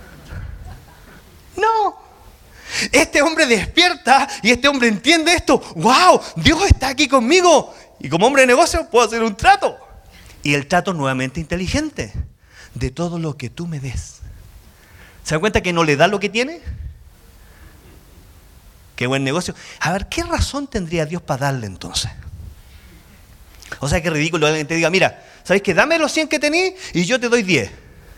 No. Este hombre despierta y este hombre entiende esto. ¡Wow! Dios está aquí conmigo. Y como hombre de negocio puedo hacer un trato. Y el trato nuevamente inteligente. De todo lo que tú me des. ¿Se dan cuenta que no le da lo que tiene? Qué buen negocio. A ver, ¿qué razón tendría Dios para darle entonces? O sea, qué ridículo alguien te diga, mira, ¿sabes qué? Dame los cien que tenés y yo te doy diez.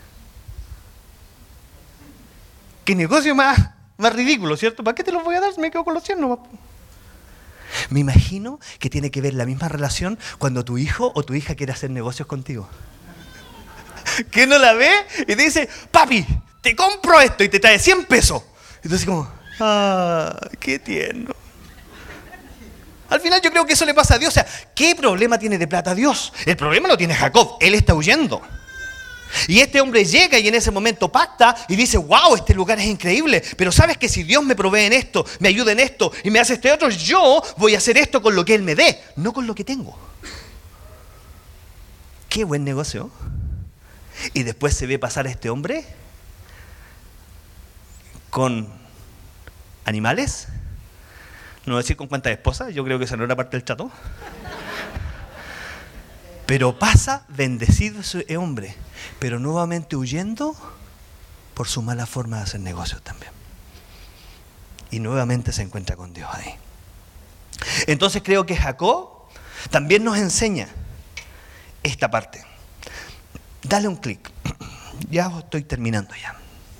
Qué negocio más, más ridículo, ¿cierto? ¿Para qué te los voy a dar si me quedo con los cien? No. Me imagino que tiene que ver la misma relación cuando tu hijo o tu hija quiere hacer negocios contigo. Que no la ve y te dice, papi, te compro esto, y te trae cien pesos. Y tú así como, ah, qué tierno. Al final yo creo que eso le pasa a Dios. O sea, ¿qué problema tiene de plata Dios? El problema lo tiene Jacob. Él está huyendo. Y este hombre llega y en ese momento pacta y dice, wow, este lugar es increíble. Pero sabes que si Dios me provee en esto, me ayuda en esto y me hace este otro, yo voy a hacer esto con lo que Él me dé, no con lo que tengo. Qué buen negocio. Y después se ve pasar a este hombre con animales. No voy a decir con cuántas esposas, yo creo que esa no era parte del trato. Pero pasa bendecido ese hombre, pero nuevamente huyendo por su mala forma de hacer negocios también. Y nuevamente se encuentra con Dios ahí. Entonces creo que Jacob también nos enseña esta parte. Dale un clic. Ya estoy terminando ya.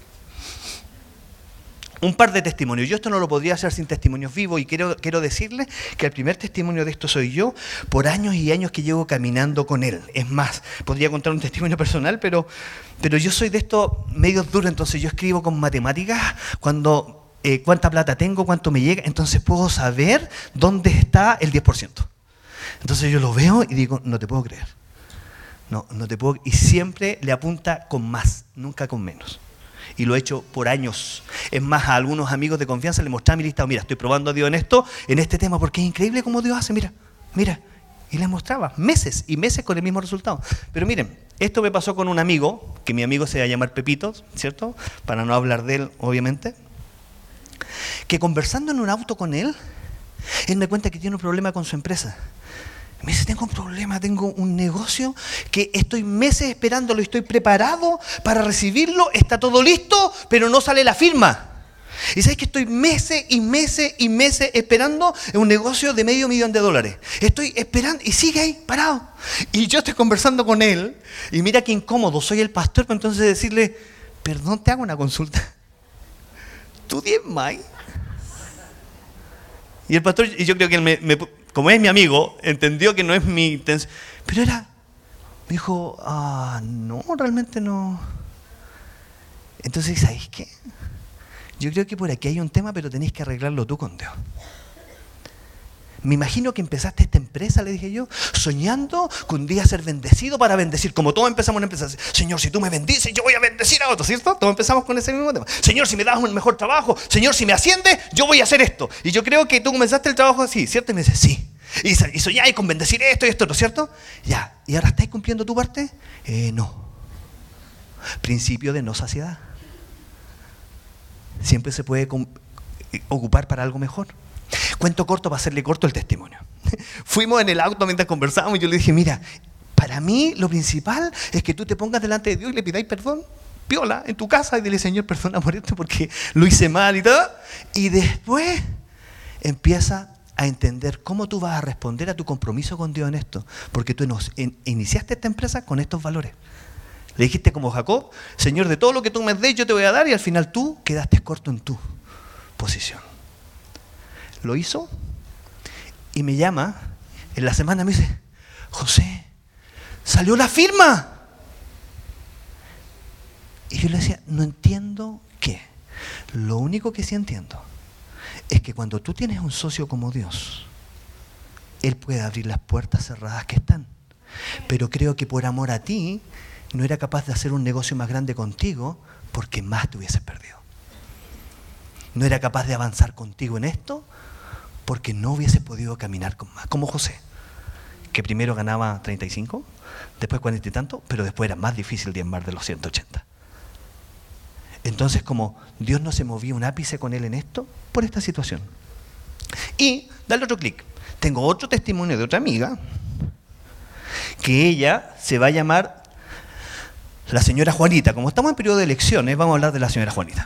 Un par de testimonios. Yo esto no lo podría hacer sin testimonios vivos, y quiero, quiero decirles que el primer testimonio de esto soy yo, por años y años que llevo caminando con él. Es más, podría contar un testimonio personal, pero, pero yo soy de estos medios duros, entonces yo escribo con matemáticas cuando eh, cuánta plata tengo, cuánto me llega, entonces puedo saber dónde está el diez por ciento. Entonces yo lo veo y digo, no te puedo creer. No, no te puedo. Y siempre le apunta con más, nunca con menos. Y lo he hecho por años. Es más, a algunos amigos de confianza les mostraba mi lista. Mira, estoy probando a Dios en esto, en este tema, porque es increíble cómo Dios hace. Mira, mira. Y les mostraba meses y meses con el mismo resultado. Pero miren, esto me pasó con un amigo, que mi amigo se va a llamar Pepito, ¿cierto? Para no hablar de él, obviamente. Que conversando en un auto con él, él me cuenta que tiene un problema con su empresa. Me dice, tengo un problema, tengo un negocio que estoy meses esperándolo y estoy preparado para recibirlo, está todo listo, pero no sale la firma. Y sabes que estoy meses y meses y meses esperando un negocio de medio millón de dólares. Estoy esperando y sigue ahí, parado. Y yo estoy conversando con él y mira qué incómodo, soy el pastor, para entonces decirle, perdón, te hago una consulta. ¿Tú diezmas? Y el pastor, y yo creo que él me... me como es mi amigo, entendió que no es mi intención. Pero era, Me dijo, ah, no, realmente no. Entonces, ¿sabéis qué? Yo creo que por aquí hay un tema, pero tenéis que arreglarlo tú con Dios. Me imagino que empezaste esta empresa, le dije yo, soñando con un día ser bendecido para bendecir. Como todos empezamos una empresa. Señor, si tú me bendices, yo voy a bendecir a otros, ¿cierto? Todos empezamos con ese mismo tema. Señor, si me das un mejor trabajo, Señor, si me asciendes, yo voy a hacer esto. Y yo creo que tú comenzaste el trabajo así, ¿cierto? Y me dices, sí. Y, y soñáis con bendecir esto y esto, ¿no es cierto? Ya. ¿Y ahora estáis cumpliendo tu parte? Eh, no. Principio de no saciedad. Siempre se puede ocupar para algo mejor. Cuento corto para hacerle corto el testimonio. Fuimos en el auto mientras conversábamos y yo le dije, mira, para mí lo principal es que tú te pongas delante de Dios y le pidáis perdón, piola, en tu casa, y dile, Señor, perdona por esto porque lo hice mal y todo. Y después empieza a entender cómo tú vas a responder a tu compromiso con Dios en esto, porque tú nos, en, iniciaste esta empresa con estos valores. Le dijiste como Jacob, Señor, de todo lo que tú me des yo te voy a dar, y al final tú quedaste corto en tu posición. Lo hizo y me llama en la semana, me dice, José, salió la firma. Y yo le decía, no entiendo qué. Lo único que sí entiendo es que cuando tú tienes un socio como Dios, Él puede abrir las puertas cerradas que están. Pero creo que por amor a ti, no era capaz de hacer un negocio más grande contigo porque más te hubieses perdido. No era capaz de avanzar contigo en esto porque no hubieses podido caminar con más. Como José, que primero ganaba treinta y cinco, después cuarenta y tanto, pero después era más difícil diezmar de los ciento ochenta. Entonces, como Dios no se movía un ápice con él en esto, por esta situación. Y, dale otro clic. Tengo otro testimonio de otra amiga, que ella se va a llamar la señora Juanita. Como estamos en periodo de elecciones, vamos a hablar de la señora Juanita.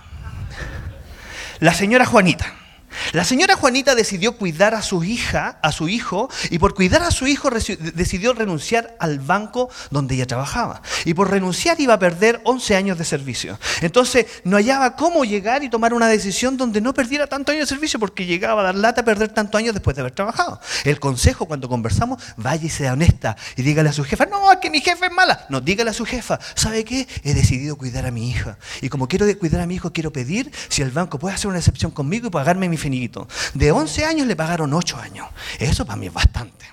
La señora Juanita. La señora Juanita decidió cuidar a su hija, a su hijo, y por cuidar a su hijo decidió renunciar al banco donde ella trabajaba. Y por renunciar iba a perder once años de servicio. Entonces no hallaba cómo llegar y tomar una decisión donde no perdiera tantos años de servicio, porque llegaba a dar lata a perder tantos años después de haber trabajado. El consejo cuando conversamos, vaya y sea honesta y dígale a su jefa, no, es que mi jefa es mala. No, dígale a su jefa, ¿sabe qué? He decidido cuidar a mi hija. Y como quiero cuidar a mi hijo, quiero pedir si el banco puede hacer una excepción conmigo y pagarme mi finito. De once años le pagaron ocho años. Eso para mí es bastante.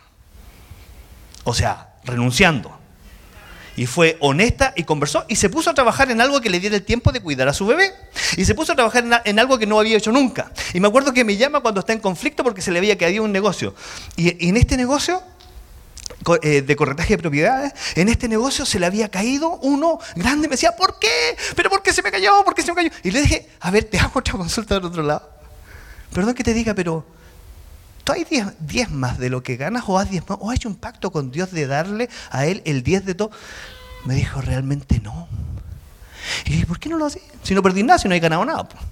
O sea, renunciando. Y fue honesta y conversó y se puso a trabajar en algo que le diera el tiempo de cuidar a su bebé. Y se puso a trabajar en, en algo que no había hecho nunca. Y me acuerdo que me llama cuando está en conflicto porque se le había caído un negocio. Y, y en este negocio eh, de corretaje de propiedades, en este negocio se le había caído uno grande. Me decía, ¿por qué? ¿Pero por qué se me cayó? ¿Por qué se me cayó? Y le dije, a ver, te hago otra consulta del otro lado. Perdón que te diga, pero ¿tú hay diez más de lo que ganas o has diez más? ¿O has hecho un pacto con Dios de darle a Él el diez de todo? Me dijo, realmente no. Y yo dije, ¿por qué no lo haces? Si no perdí nada, si no hay ganado nada. Po.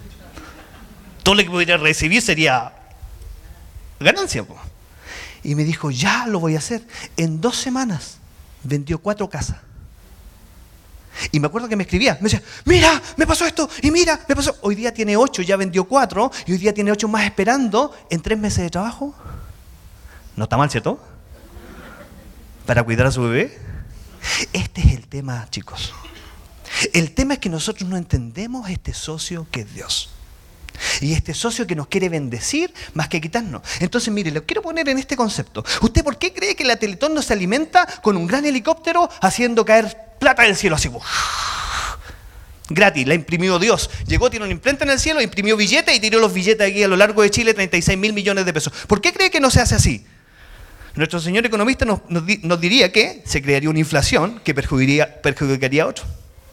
Todo lo que pudiera recibir sería ganancia. Po. Y me dijo, ya lo voy a hacer. En dos semanas vendió cuatro casas. Y me acuerdo que me escribía, me decía, mira, me pasó esto, y mira, me pasó. Hoy día tiene ocho, ya vendió cuatro, y hoy día tiene ocho más esperando en tres meses de trabajo. No está mal, ¿cierto? Para cuidar a su bebé. Este es el tema, chicos. El tema es que nosotros no entendemos este socio que es Dios. Y este socio que nos quiere bendecir más que quitarnos. Entonces, mire, lo quiero poner en este concepto. ¿Usted por qué cree que la Teletón no se alimenta con un gran helicóptero haciendo caer plata del cielo así? Gratis, la imprimió Dios. Llegó, tiene una imprenta en el cielo, imprimió billetes y tiró los billetes aquí a lo largo de Chile, treinta y seis mil millones de pesos. ¿Por qué cree que no se hace así? Nuestro señor economista nos, nos, nos diría que se crearía una inflación que perjudicaría, perjudicaría a otro.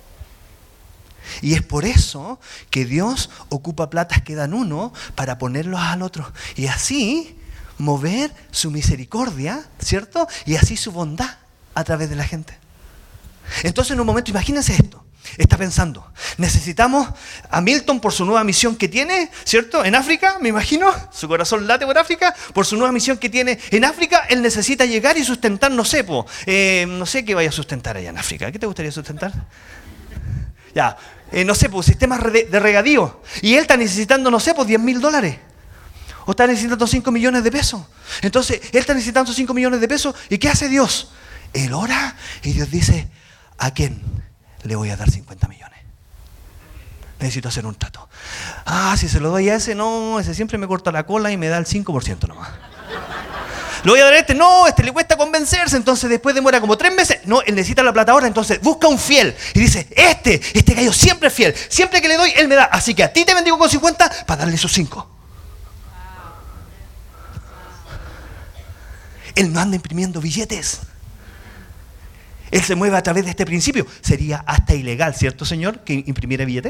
Y es por eso que Dios ocupa platas que dan uno para ponerlos al otro. Y así mover su misericordia, ¿cierto? Y así su bondad a través de la gente. Entonces en un momento, imagínense esto. Está pensando, necesitamos a Milton por su nueva misión que tiene, ¿cierto? En África, me imagino, su corazón late por África, por su nueva misión que tiene en África, él necesita llegar y sustentar, no sé, po, eh, no sé qué vaya a sustentar allá en África. ¿Qué te gustaría sustentar? Ya, eh, no sé, pues sistemas de regadío. Y él está necesitando, no sé, pues diez mil dólares. O está necesitando cinco millones de pesos. Entonces, él está necesitando cinco millones de pesos. ¿Y qué hace Dios? Él ora y Dios dice, ¿a quién le voy a dar cincuenta millones? Necesito hacer un trato. Ah, si se lo doy a ese, no, ese siempre me corta la cola y me da el cinco por ciento nomás. Lo voy a dar a este, no, este le cuesta convencerse, entonces después demora como tres meses. No, él necesita la plata ahora, entonces busca un fiel. Y dice, este, este gallo siempre es fiel. Siempre que le doy, él me da. Así que a ti te bendigo con cincuenta para darle esos cinco. Él no anda imprimiendo billetes. Él se mueve a través de este principio. Sería hasta ilegal, ¿cierto, Señor, que imprimiera billetes?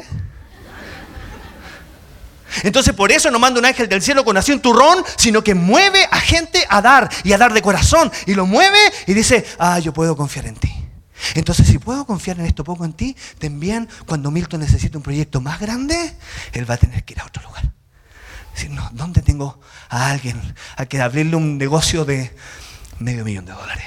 Entonces por eso no manda un ángel del cielo con así un turrón, sino que mueve a gente a dar y a dar de corazón. Y lo mueve y dice, ah, yo puedo confiar en ti. Entonces si puedo confiar en esto poco en ti, también cuando Milton necesite un proyecto más grande, él va a tener que ir a otro lugar. Decir, no, ¿dónde tengo a alguien a que abrirle un negocio de medio millón de dólares?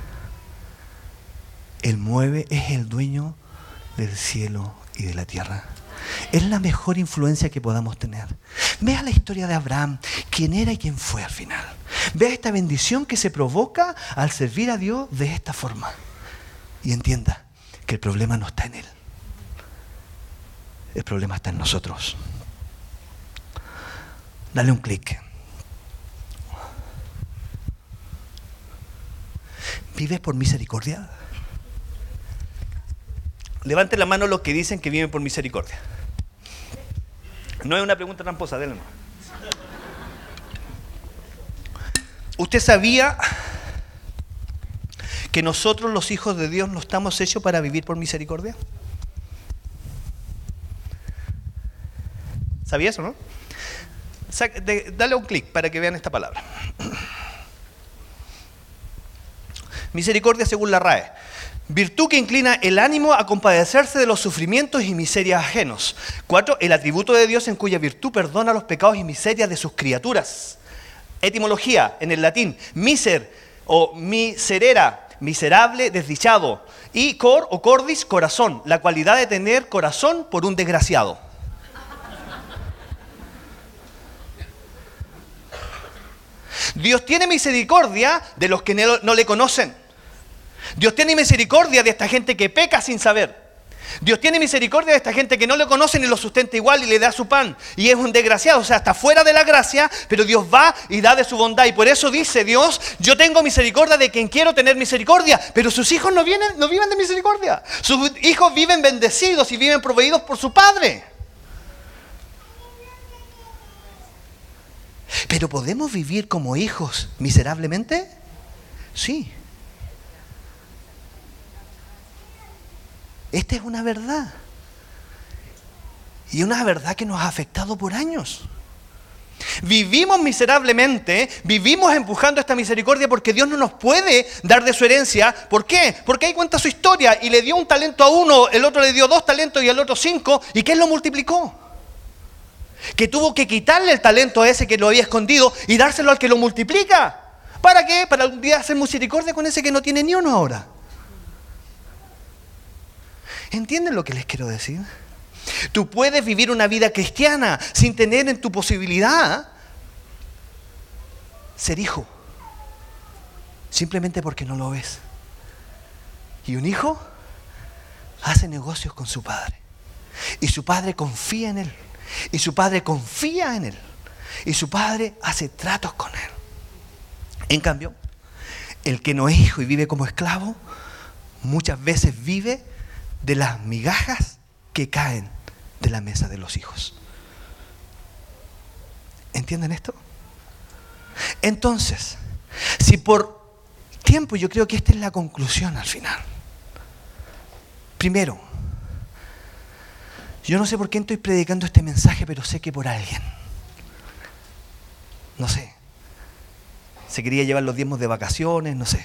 Él mueve, es el dueño del cielo y de la tierra. Es la mejor influencia que podamos tener. Vea la historia de Abraham, quién era y quién fue al final. Vea esta bendición que se provoca al servir a Dios de esta forma. Y entienda que el problema no está en él. El problema está en nosotros. Dale un clic. ¿Vives por misericordia? Levanten la mano los que dicen que viven por misericordia. No es una pregunta tramposa, denle más. ¿Usted sabía que nosotros los hijos de Dios no estamos hechos para vivir por misericordia? ¿Sabía eso, no? Dale un clic para que vean esta palabra. Misericordia según la R A E. Virtud que inclina el ánimo a compadecerse de los sufrimientos y miserias ajenos. Cuatro, el atributo de Dios en cuya virtud perdona los pecados y miserias de sus criaturas. Etimología, en el latín, miser o miserera, miserable, desdichado. Y cor o cordis, corazón, la cualidad de tener corazón por un desgraciado. Dios tiene misericordia de los que no, no le conocen. Dios tiene misericordia de esta gente que peca sin saber. Dios tiene misericordia de esta gente que no le conoce ni lo sustenta igual y le da su pan. Y es un desgraciado, o sea, está fuera de la gracia, pero Dios va y da de su bondad. Y por eso dice Dios, yo tengo misericordia de quien quiero tener misericordia. Pero sus hijos no, vienen, no viven de misericordia. Sus hijos viven bendecidos y viven proveídos por su Padre. ¿Pero podemos vivir como hijos miserablemente? Sí. Esta es una verdad. Y una verdad que nos ha afectado por años. Vivimos miserablemente, vivimos empujando esta misericordia porque Dios no nos puede dar de su herencia. ¿Por qué? Porque ahí cuenta su historia y le dio un talento a uno, el otro le dio dos talentos y al otro cinco. ¿Y quién lo multiplicó? Que tuvo que quitarle el talento a ese que lo había escondido y dárselo al que lo multiplica. ¿Para qué? Para algún día hacer misericordia con ese que no tiene ni uno ahora. ¿Entienden lo que les quiero decir? Tú puedes vivir una vida cristiana sin tener en tu posibilidad ser hijo. Simplemente porque no lo ves. Y un hijo hace negocios con su padre. Y su padre confía en él. Y su padre confía en él. Y su padre hace tratos con él. En cambio, el que no es hijo y vive como esclavo, muchas veces vive de las migajas que caen de la mesa de los hijos. ¿Entienden esto? Entonces, si por tiempo, yo creo que esta es la conclusión al final. Primero, yo no sé por qué estoy predicando este mensaje, pero sé que por alguien. No sé. Se quería llevar los diezmos de vacaciones, no sé.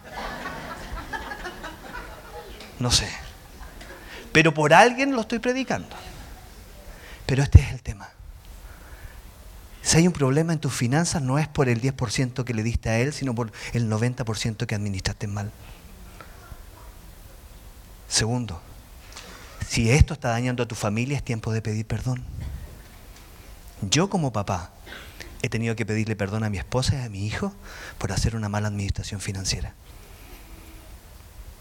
No sé. Pero por alguien lo estoy predicando. Pero este es el tema. Si hay un problema en tus finanzas, no es por el diez por ciento que le diste a él, sino por el noventa por ciento que administraste mal. Segundo, si esto está dañando a tu familia, es tiempo de pedir perdón. Yo como papá he tenido que pedirle perdón a mi esposa y a mi hijo por hacer una mala administración financiera.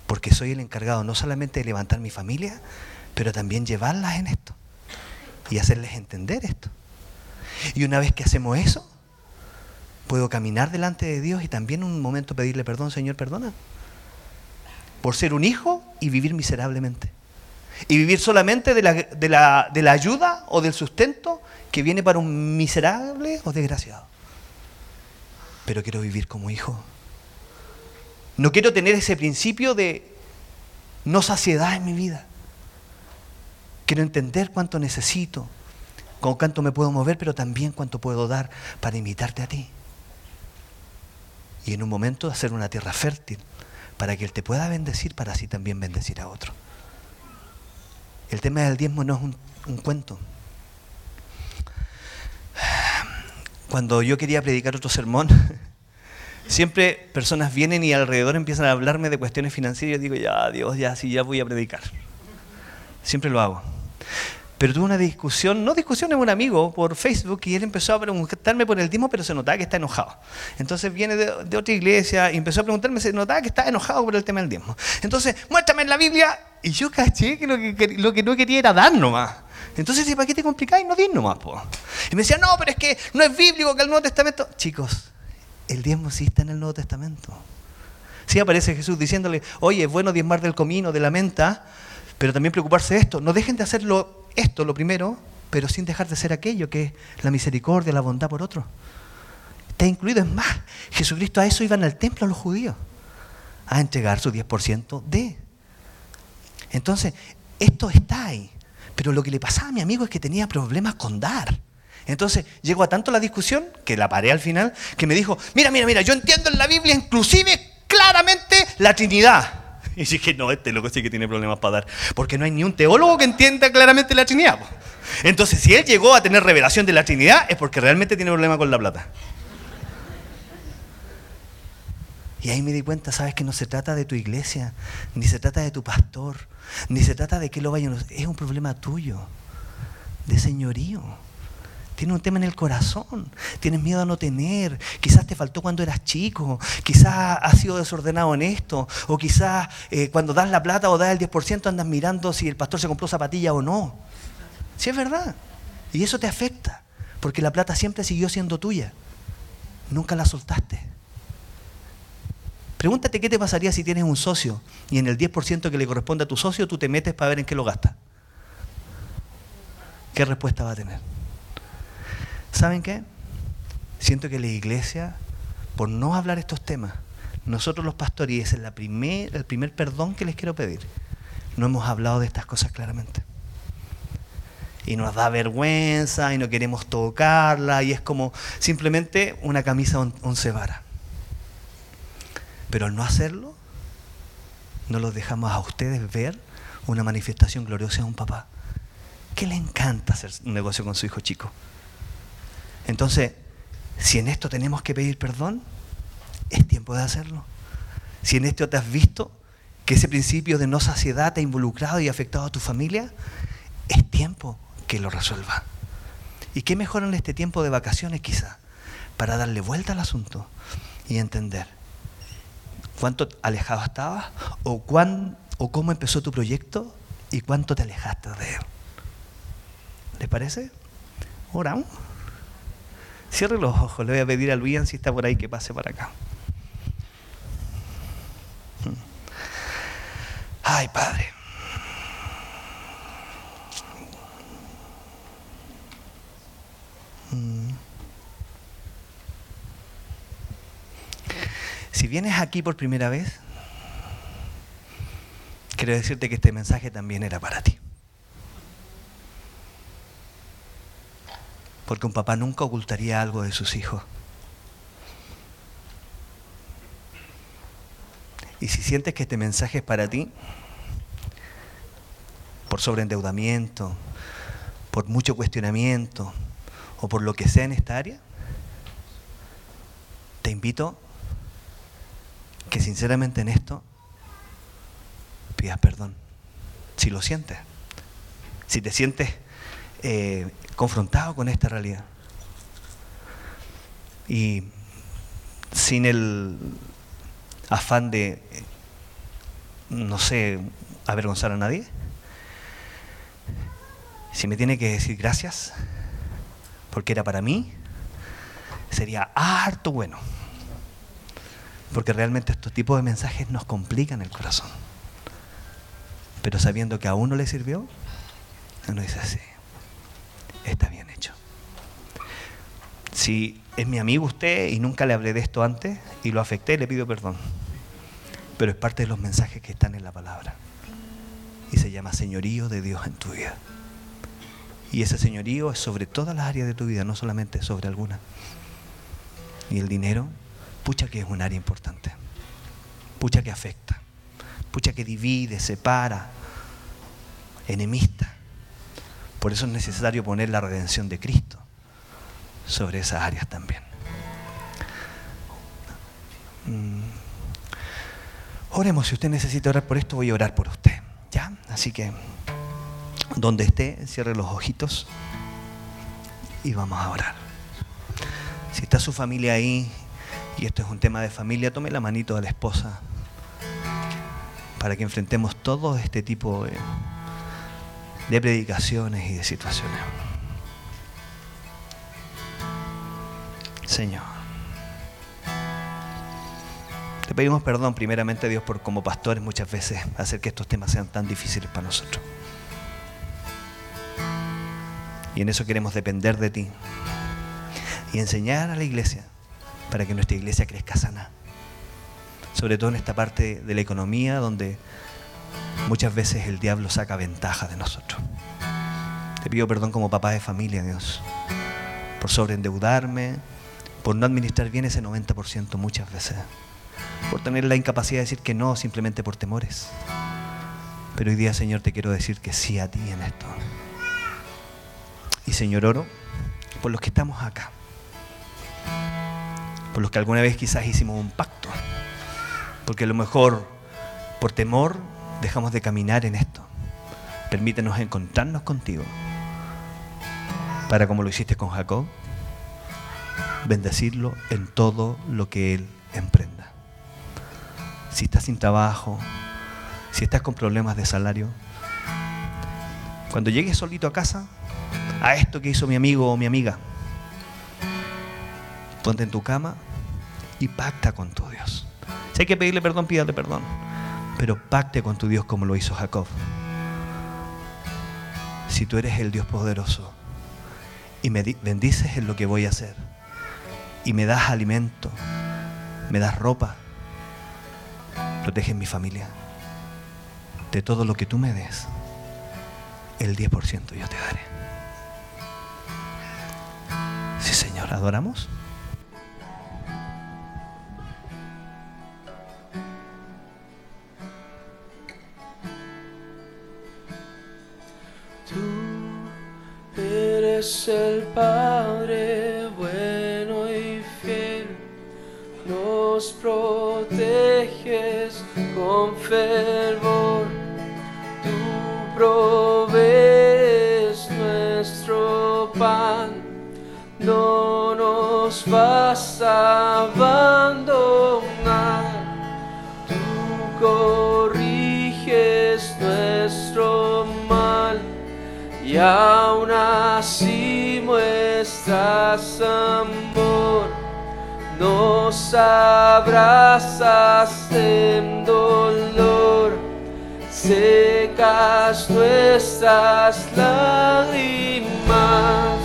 porque soy el encargado no solamente de levantar mi familia, pero también llevarlas en esto y hacerles entender esto. Y una vez que hacemos eso, puedo caminar delante de Dios y también en un momento pedirle perdón, Señor, perdona, por ser un hijo y vivir miserablemente. Y vivir solamente de la, de la, de la ayuda o del sustento que viene para un miserable o desgraciado. Pero quiero vivir como hijo. No quiero tener ese principio de no saciedad en mi vida. Quiero entender cuánto necesito, con cuánto me puedo mover, pero también cuánto puedo dar para imitarte a ti. Y en un momento hacer una tierra fértil para que Él te pueda bendecir, para así también bendecir a otro. El tema del diezmo no es un, un cuento. Cuando yo quería predicar otro sermón, siempre personas vienen y alrededor empiezan a hablarme de cuestiones financieras. Yo digo, ya, Dios, ya, sí, ya voy a predicar. Siempre lo hago. Pero tuve una discusión, no discusión, es un amigo por Facebook y él empezó a preguntarme por el diezmo, pero se notaba que está enojado. Entonces viene de, de otra iglesia y empezó a preguntarme, se notaba que está enojado por el tema del diezmo. Entonces, muéstrame en la Biblia. Y yo caché que lo que, lo que no quería era dar nomás. Entonces, ¿para qué te complicáis? No di nomás, po. Y me decía, no, pero es que no es bíblico que el Nuevo Testamento... Chicos, el diezmo sí está en el Nuevo Testamento. Sí aparece Jesús diciéndole, oye, es bueno diezmar del comino, de la menta, pero también preocuparse de esto. No dejen de hacerlo esto, lo primero, pero sin dejar de ser aquello que es la misericordia, la bondad por otro. Está incluido. Es más, Jesucristo a eso iban al templo los judíos, a entregar su diez por ciento de. Entonces, esto está ahí. Pero lo que le pasaba a mi amigo es que tenía problemas con dar. Entonces, llegó a tanto la discusión, que la paré al final, que me dijo, mira, mira, mira, yo entiendo en la Biblia inclusive claramente la Trinidad. Y dije, no, este loco sí que tiene problemas para dar. Porque no hay ni un teólogo que entienda claramente la Trinidad. Entonces, si él llegó a tener revelación de la Trinidad, es porque realmente tiene problemas con la plata. Y ahí me di cuenta, sabes que no se trata de tu iglesia, ni se trata de tu pastor, ni se trata de que lo vayan. Es un problema tuyo, de señorío. Tienes un tema en el corazón, tienes miedo a no tener, quizás te faltó cuando eras chico, quizás has sido desordenado en esto, o quizás eh, cuando das la plata o das el diez por ciento andas mirando si el pastor se compró zapatilla o no. Sí, es verdad. Y eso te afecta, porque la plata siempre siguió siendo tuya. Nunca la soltaste. Pregúntate qué te pasaría si tienes un socio y en el diez por ciento que le corresponde a tu socio tú te metes para ver en qué lo gastas. ¿Qué respuesta va a tener? ¿Saben qué? Siento que la iglesia, por no hablar estos temas, nosotros los pastores, y ese es la primer, el primer perdón que les quiero pedir, no hemos hablado de estas cosas claramente. Y nos da vergüenza y no queremos tocarla y es como simplemente una camisa on, once varas. Pero al no hacerlo, no los dejamos a ustedes ver una manifestación gloriosa de un papá que le encanta hacer un negocio con su hijo chico. Entonces, si en esto tenemos que pedir perdón, es tiempo de hacerlo. Si en esto te has visto que ese principio de no saciedad te ha involucrado y afectado a tu familia, es tiempo que lo resuelva. ¿Y qué mejor en este tiempo de vacaciones quizá? Para darle vuelta al asunto y entender cuánto alejado estabas o, cuán, o cómo empezó tu proyecto y cuánto te alejaste de él. ¿Les parece? Oramos. Cierre los ojos, le voy a pedir a Luian si está por ahí que pase para acá. Ay, Padre. Si vienes aquí por primera vez, quiero decirte que este mensaje también era para ti. Porque un papá nunca ocultaría algo de sus hijos. Y si sientes que este mensaje es para ti, por sobreendeudamiento, por mucho cuestionamiento o por lo que sea en esta área, te invito que sinceramente en esto pidas perdón. Si lo sientes, si te sientes eh, confrontado con esta realidad y sin el afán de no sé, avergonzar a nadie. Si me tiene que decir gracias, porque era para mí, sería harto bueno. Porque realmente estos tipos de mensajes nos complican el corazón. Pero sabiendo que a uno le sirvió, uno dice así, está bien hecho. Si es mi amigo usted y nunca le hablé de esto antes y lo afecté, le pido perdón. Pero es parte de los mensajes que están en la palabra. Y se llama señorío de Dios en tu vida. Y ese señorío es sobre todas las áreas de tu vida, no solamente sobre algunas. Y el dinero, pucha que es un área importante. Pucha que afecta. Pucha que divide, separa, enemista. Por eso es necesario poner la redención de Cristo sobre esas áreas también. Mm. Oremos, si usted necesita orar por esto, voy a orar por usted. ¿Ya? Así que, donde esté, cierre los ojitos y vamos a orar. Si está su familia ahí, y esto es un tema de familia, tome la manito de la esposa para que enfrentemos todo este tipo de, de predicaciones y de situaciones. Señor, te pedimos perdón primeramente, Dios, por como pastores muchas veces hacer que estos temas sean tan difíciles para nosotros. Y en eso queremos depender de ti y enseñar a la iglesia para que nuestra iglesia crezca sana. Sobre todo en esta parte de la economía donde muchas veces el diablo saca ventaja de nosotros. Te pido perdón como papá de familia, Dios, por sobreendeudarme, por no administrar bien ese noventa por ciento muchas veces, por tener la incapacidad de decir que no simplemente por temores. Pero hoy día, Señor, te quiero decir que sí a ti en esto. Y Señor, oro por los que estamos acá, por los que alguna vez quizás hicimos un pacto, porque a lo mejor por temor dejamos de caminar en esto. Permítenos encontrarnos contigo para, como lo hiciste con Jacob, bendecirlo en todo lo que él emprenda. Si estás sin trabajo, si estás con problemas de salario, cuando llegues solito a casa, a esto que hizo mi amigo o mi amiga, ponte en tu cama y pacta con tu Dios. Si hay que pedirle perdón, pídale perdón, pero pacte con tu Dios como lo hizo Jacob. Si tú eres el Dios poderoso y me bendices en lo que voy a hacer y me das alimento, me das ropa, protege mi familia, de todo lo que tú me des, el diez por ciento yo te daré. Sí, Señor, ¿adoramos? Tú eres el Padre bueno y fiel, nos proteges con fervor, tú provees nuestro pan, no nos vas a abandonar, tú corriges nuestro mal y aún así muestras amor, nos abrazas en dolor, secas nuestras lágrimas,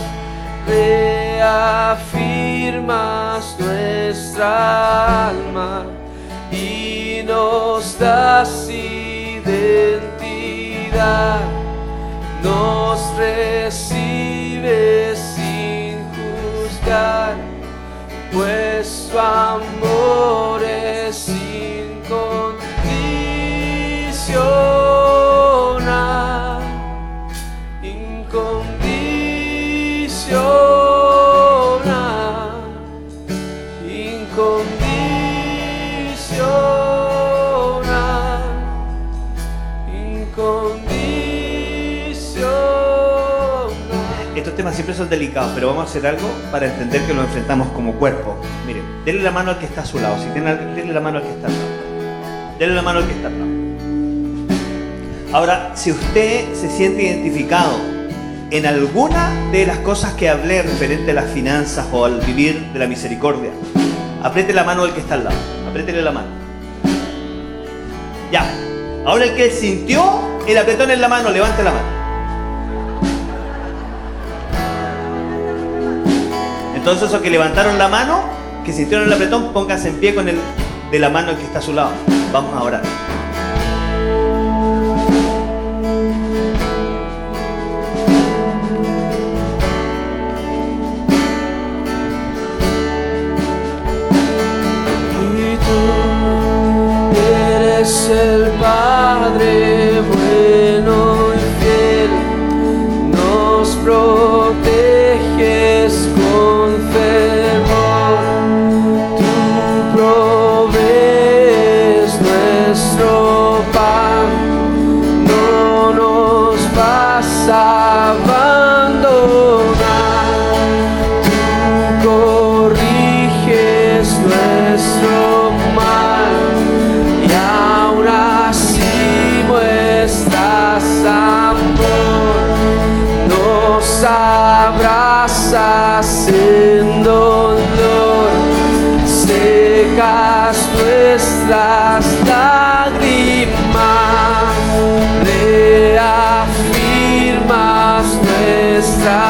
reafirmas nuestra alma y nos das identidad, nos recibes sin juzgar, pues tu amor es incondicional, incondicional, incondicional, incondicional. Estos temas siempre son delicados, pero vamos a hacer algo para entender que lo enfrentamos como cuerpo. Miren, denle la mano al que está a su lado. Si tiene, denle la mano al que está al lado. Denle la mano al que está al lado. Ahora, si usted se siente identificado en alguna de las cosas que hablé referente a las finanzas o al vivir de la misericordia, apriete la mano del que está al lado. Apriétele la mano. Ya. Ahora el que sintió el apretón en la mano, levante la mano. Entonces esos que levantaron la mano, que sintieron el apretón, pónganse en pie con el de la mano que está a su lado. Vamos a orar. Eres el Padre bueno y fiel, nos proteges con fervor, tú provees nuestro pan, no nos vas a abandonar, tú corriges nuestro mal. Nos abrazas en dolor, secas nuestras lágrimas, reafirmas nuestra